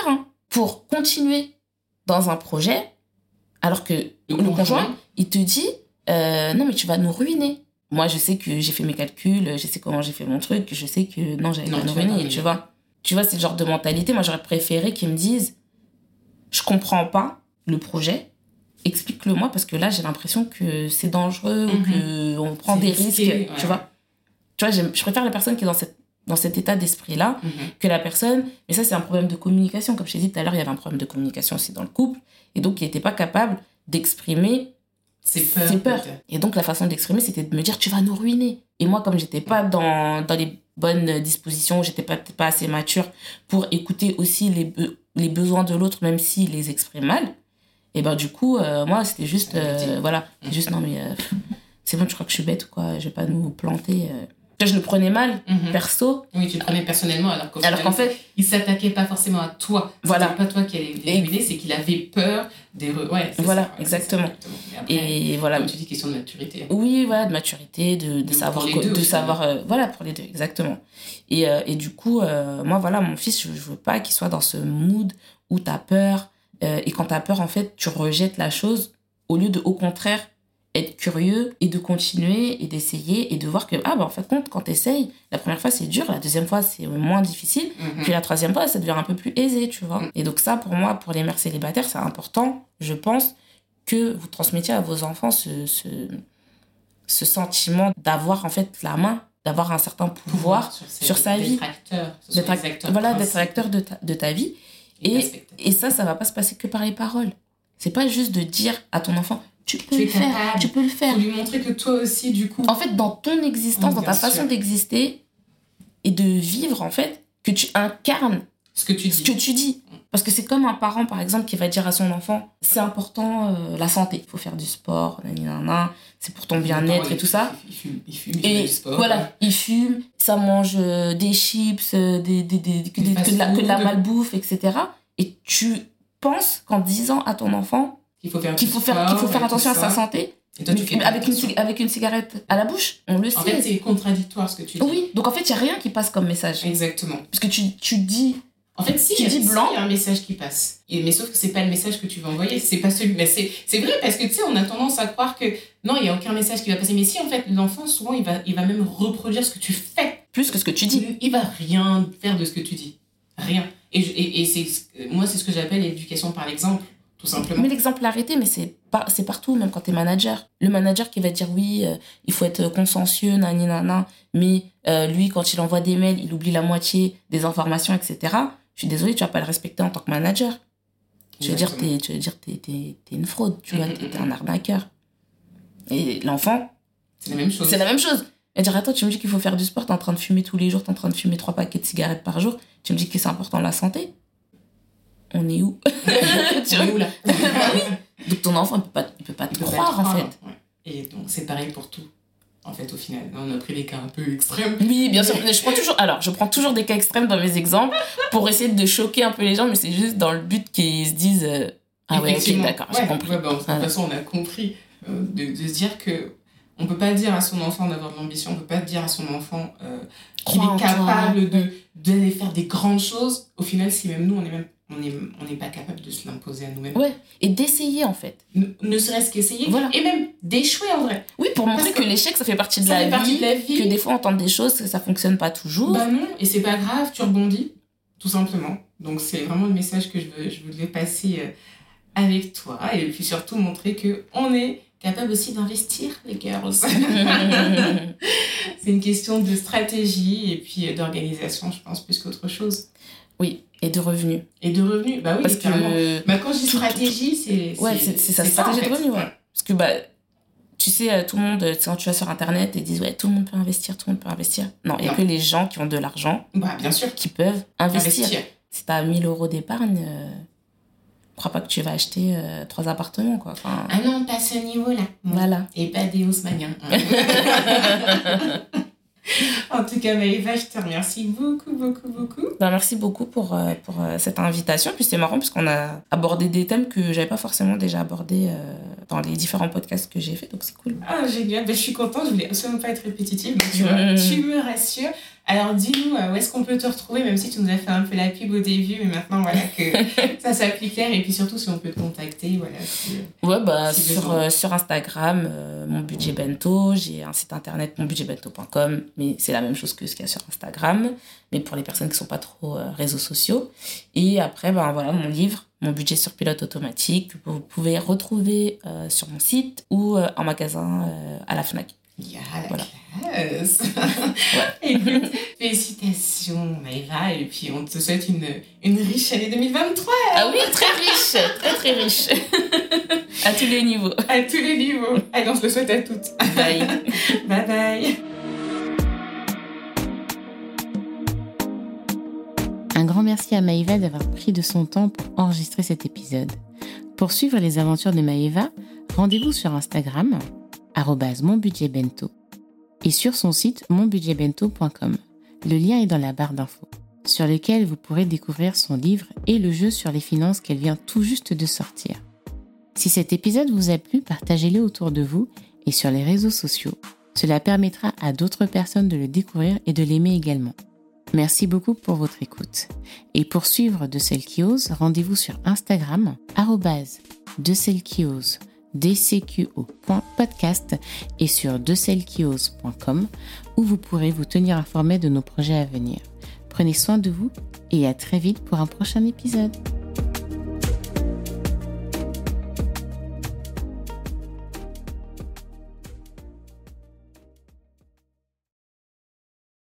pour continuer dans un projet, alors que le, le conjoint, conjoint, il te dit euh, non, mais tu vas nous ruiner. Moi, je sais que j'ai fait mes calculs, je sais comment j'ai fait mon truc, je sais que non, j'allais pas nous ruiner, tu vois. Tu vois, c'est le genre de mentalité. Moi, j'aurais préféré qu'ils me disent je comprends pas le projet, explique-le-moi, parce que là, j'ai l'impression que c'est dangereux, mm-hmm. ou qu'on prend c'est des risques, ouais. tu vois. Tu vois, je préfère la personne qui est dans cette dans cet état d'esprit-là, mm-hmm. que la personne... Mais ça, c'est un problème de communication. Comme je t'ai dit tout à l'heure, il y avait un problème de communication aussi dans le couple. Et donc, il n'était pas capable d'exprimer ses peurs. Ses peurs. Et donc, la façon d'exprimer, c'était de me dire, tu vas nous ruiner. Et moi, comme je n'étais pas dans, dans les bonnes dispositions, je n'étais pas, peut-être pas assez mature pour écouter aussi les, be- les besoins de l'autre, même s'il les exprime mal, et ben du coup, euh, moi, c'était juste... Euh, voilà. Mm-hmm. Juste, non, mais... Euh, c'est bon, tu crois que je suis bête ou quoi ? Je ne vais pas nous planter... Euh. Je le prenais mal, mm-hmm. perso. Oui, tu le prenais personnellement, alors qu'au alors final, qu'en fait, il s'attaquait pas forcément à toi. Voilà. C'était pas toi qui allais les ruiner, c'est qu'il avait peur des... Re... Ouais, c'est voilà, ça, exactement. C'est ça, exactement. Et, après, et voilà. Comme tu dis, question de maturité. Oui, voilà, de maturité, de, de, de savoir... Pour les deux, de aussi, savoir euh, voilà, pour les deux, exactement. Et, euh, et du coup, euh, moi, voilà, mon fils, je, je veux pas qu'il soit dans ce mood où t'as peur. Euh, et quand t'as peur, en fait, tu rejettes la chose au lieu de, au contraire, être curieux et de continuer et d'essayer et de voir que, ah, bah, en fait, compte, quand t'essayes, la première fois, c'est dur, la deuxième fois, c'est moins difficile, mm-hmm. puis la troisième fois, ça devient un peu plus aisé, tu vois. Mm. Et donc ça, pour moi, pour les mères célibataires, c'est important, je pense, que vous transmettiez à vos enfants ce, ce, ce sentiment d'avoir, en fait, la main, d'avoir un certain pouvoir, pouvoir sur, ses, sur sa vie. D'être acteur. D'être acteur, voilà, d'être acteur de ta, de ta vie. Et, et, et ça, ça va pas se passer que par les paroles. C'est pas juste de dire à ton enfant, tu peux tu le faire, capable. tu peux le faire. Faut lui montrer que toi aussi, du coup... En fait, dans ton existence, oh, dans ta sûr. façon d'exister et de vivre, en fait, que tu incarnes ce que tu dis. Ce que tu dis. Parce que c'est comme un parent, par exemple, qui va dire à son enfant, c'est important, euh, la santé, il faut faire du sport, nanana, c'est pour ton bien-être et tout ça. Il fume, il fume, il et fait du sport. Voilà, ouais. il fume, ça mange euh, des chips, euh, des, des, des, des, que, des, que, de la, que de la malbouffe, et cetera. Et tu penses qu'en disant à ton enfant qu'il faut faire, qu'il faut faire, qu'il faut faire attention à sa santé, et toi, tu fais avec, une, avec une cigarette à la bouche, on le sait. En fait, c'est contradictoire ce que tu dis. Oui, donc en fait, il n'y a rien qui passe comme message. Exactement. Parce que tu, tu dis... En fait, si, tu il dis blanc, il y a un message qui passe. Et, mais sauf que c'est pas le message que tu veux envoyer, c'est pas celui. Mais c'est, c'est vrai parce que tu sais, on a tendance à croire que non, il y a aucun message qui va passer. Mais si, en fait, l'enfant, souvent, il va, il va même reproduire ce que tu fais. Plus que ce que tu dis. Il, il va rien faire de ce que tu dis. Rien. Et, je, et, et c'est, moi, c'est ce que j'appelle l'éducation par l'exemple, tout simplement. Mais l'exemplarité, mais c'est, par, c'est partout, même quand t'es manager. Le manager qui va dire oui, euh, il faut être consciencieux, nani, nana, mais euh, lui, quand il envoie des mails, il oublie la moitié des informations, et cetera. Je suis désolée, tu vas pas le respecter en tant que manager. Tu veux dire, t'es, tu veux dire, t'es, t'es, t'es une fraude, tu vois, t'es, t'es un arnaqueur. Et l'enfant, c'est la même chose. C'est la même chose. Et dire, attends, tu me dis qu'il faut faire du sport, t'es en train de fumer tous les jours, t'es en train de fumer trois paquets de cigarettes par jour, tu me dis que c'est important la santé. On est où? Tu On est où là? Donc ton enfant, il peut pas, il peut pas te il croire, peut pas en fait. Ouais. Et donc c'est pareil pour tout. En fait, au final, on a pris des cas un peu extrêmes. Oui, bien sûr. Je prends toujours, alors, je prends toujours des cas extrêmes dans mes exemples pour essayer de choquer un peu les gens, mais c'est juste dans le but qu'ils se disent euh, ah ouais, ok, d'accord, ouais, j'ai compris. Ouais, bah, de toute voilà. façon, on a compris euh, de, de se dire que on peut pas dire à son enfant d'avoir de l'ambition, on peut pas dire à son enfant euh, qu'il est capable de, d'aller faire des grandes choses. Au final, si même nous, on est même on n'est on est pas capable de se l'imposer à nous-mêmes. Ouais, et d'essayer en fait. Ne, ne serait-ce qu'essayer, voilà. Et même d'échouer en vrai. Oui, pour montrer que, que l'échec, ça fait partie de, ça la fait partie vie, de la vie, que des fois on tente des choses, que ça fonctionne pas toujours. Bah non, et c'est pas grave, tu rebondis, tout simplement. Donc c'est vraiment le message que je, veux, je voulais passer avec toi, et puis surtout montrer qu'on est capable aussi d'investir, les girls. C'est une question de stratégie et puis d'organisation, je pense, plus qu'autre chose. Oui, et de revenus. Et de revenus, bah oui, parce que bah, quand je dis stratégie, c'est... Ouais, c'est, c'est sa c'est stratégie ça, en fait. de revenus, ouais. ouais. Parce que, bah, tu sais, tout le monde, quand tu vas sur Internet, ils disent, ouais, tout le monde peut investir, tout le monde peut investir. Non, il n'y a que les gens qui ont de l'argent, bah, bien sûr, qui peuvent investir. investir. Si tu as mille euros d'épargne, euh, je crois pas que tu vas acheter euh, trois appartements, quoi. Enfin... Ah non, pas ce niveau-là. Voilà. Et pas des haussmanniens. En tout cas, Maëva, je te remercie beaucoup, beaucoup, beaucoup. Ben, merci beaucoup pour, euh, pour euh, cette invitation. Puis c'est marrant puisqu'on a abordé des thèmes que j'avais pas forcément déjà abordés euh, dans les différents podcasts que j'ai fait, donc c'est cool. Ah, génial. Ben, je suis contente, je voulais absolument pas être répétitive, mais tu vois, mmh. tu me rassures. Alors dis-nous euh, où est-ce qu'on peut te retrouver, même si tu nous as fait un peu la pub au début, mais maintenant voilà que ça s'applique clair, et puis surtout si on peut te contacter, voilà. Si, ouais, bah si sur, euh, sur Instagram, euh, mon budget bento, j'ai un site internet mon budget bento point com, mais c'est la même chose que ce qu'il y a sur Instagram, mais pour les personnes qui ne sont pas trop euh, réseaux sociaux. Et après, ben voilà, mon livre, Mon budget sur pilote automatique, que vous pouvez retrouver euh, sur mon site ou euh, en magasin euh, à la Fnac. Yeah, la Voilà. classe. Ouais. Écoute, félicitations Maëva, et puis on te souhaite une, une riche année deux mille vingt-trois. Ah oui, très riche, très très riche. À tous les niveaux. À tous les niveaux. Allez, on se le souhaite à toutes. Bye. Bye bye. Un grand merci à Maëva d'avoir pris de son temps pour enregistrer cet épisode. Pour suivre les aventures de Maëva, rendez-vous sur Instagram, arobase monbudgetbento, et sur son site mon budget bento point com. Le lien est dans la barre d'infos, sur lequel vous pourrez découvrir son livre et le jeu sur les finances qu'elle vient tout juste de sortir. Si cet épisode vous a plu, partagez-le autour de vous et sur les réseaux sociaux. Cela permettra à d'autres personnes de le découvrir et de l'aimer également. Merci beaucoup pour votre écoute. Et pour suivre De Celles qui osent, rendez-vous sur Instagram, arobase de celles qui osent, d c q o point podcast, et sur de celles qui osent point com, où vous pourrez vous tenir informé de nos projets à venir. Prenez soin de vous et à très vite pour un prochain épisode.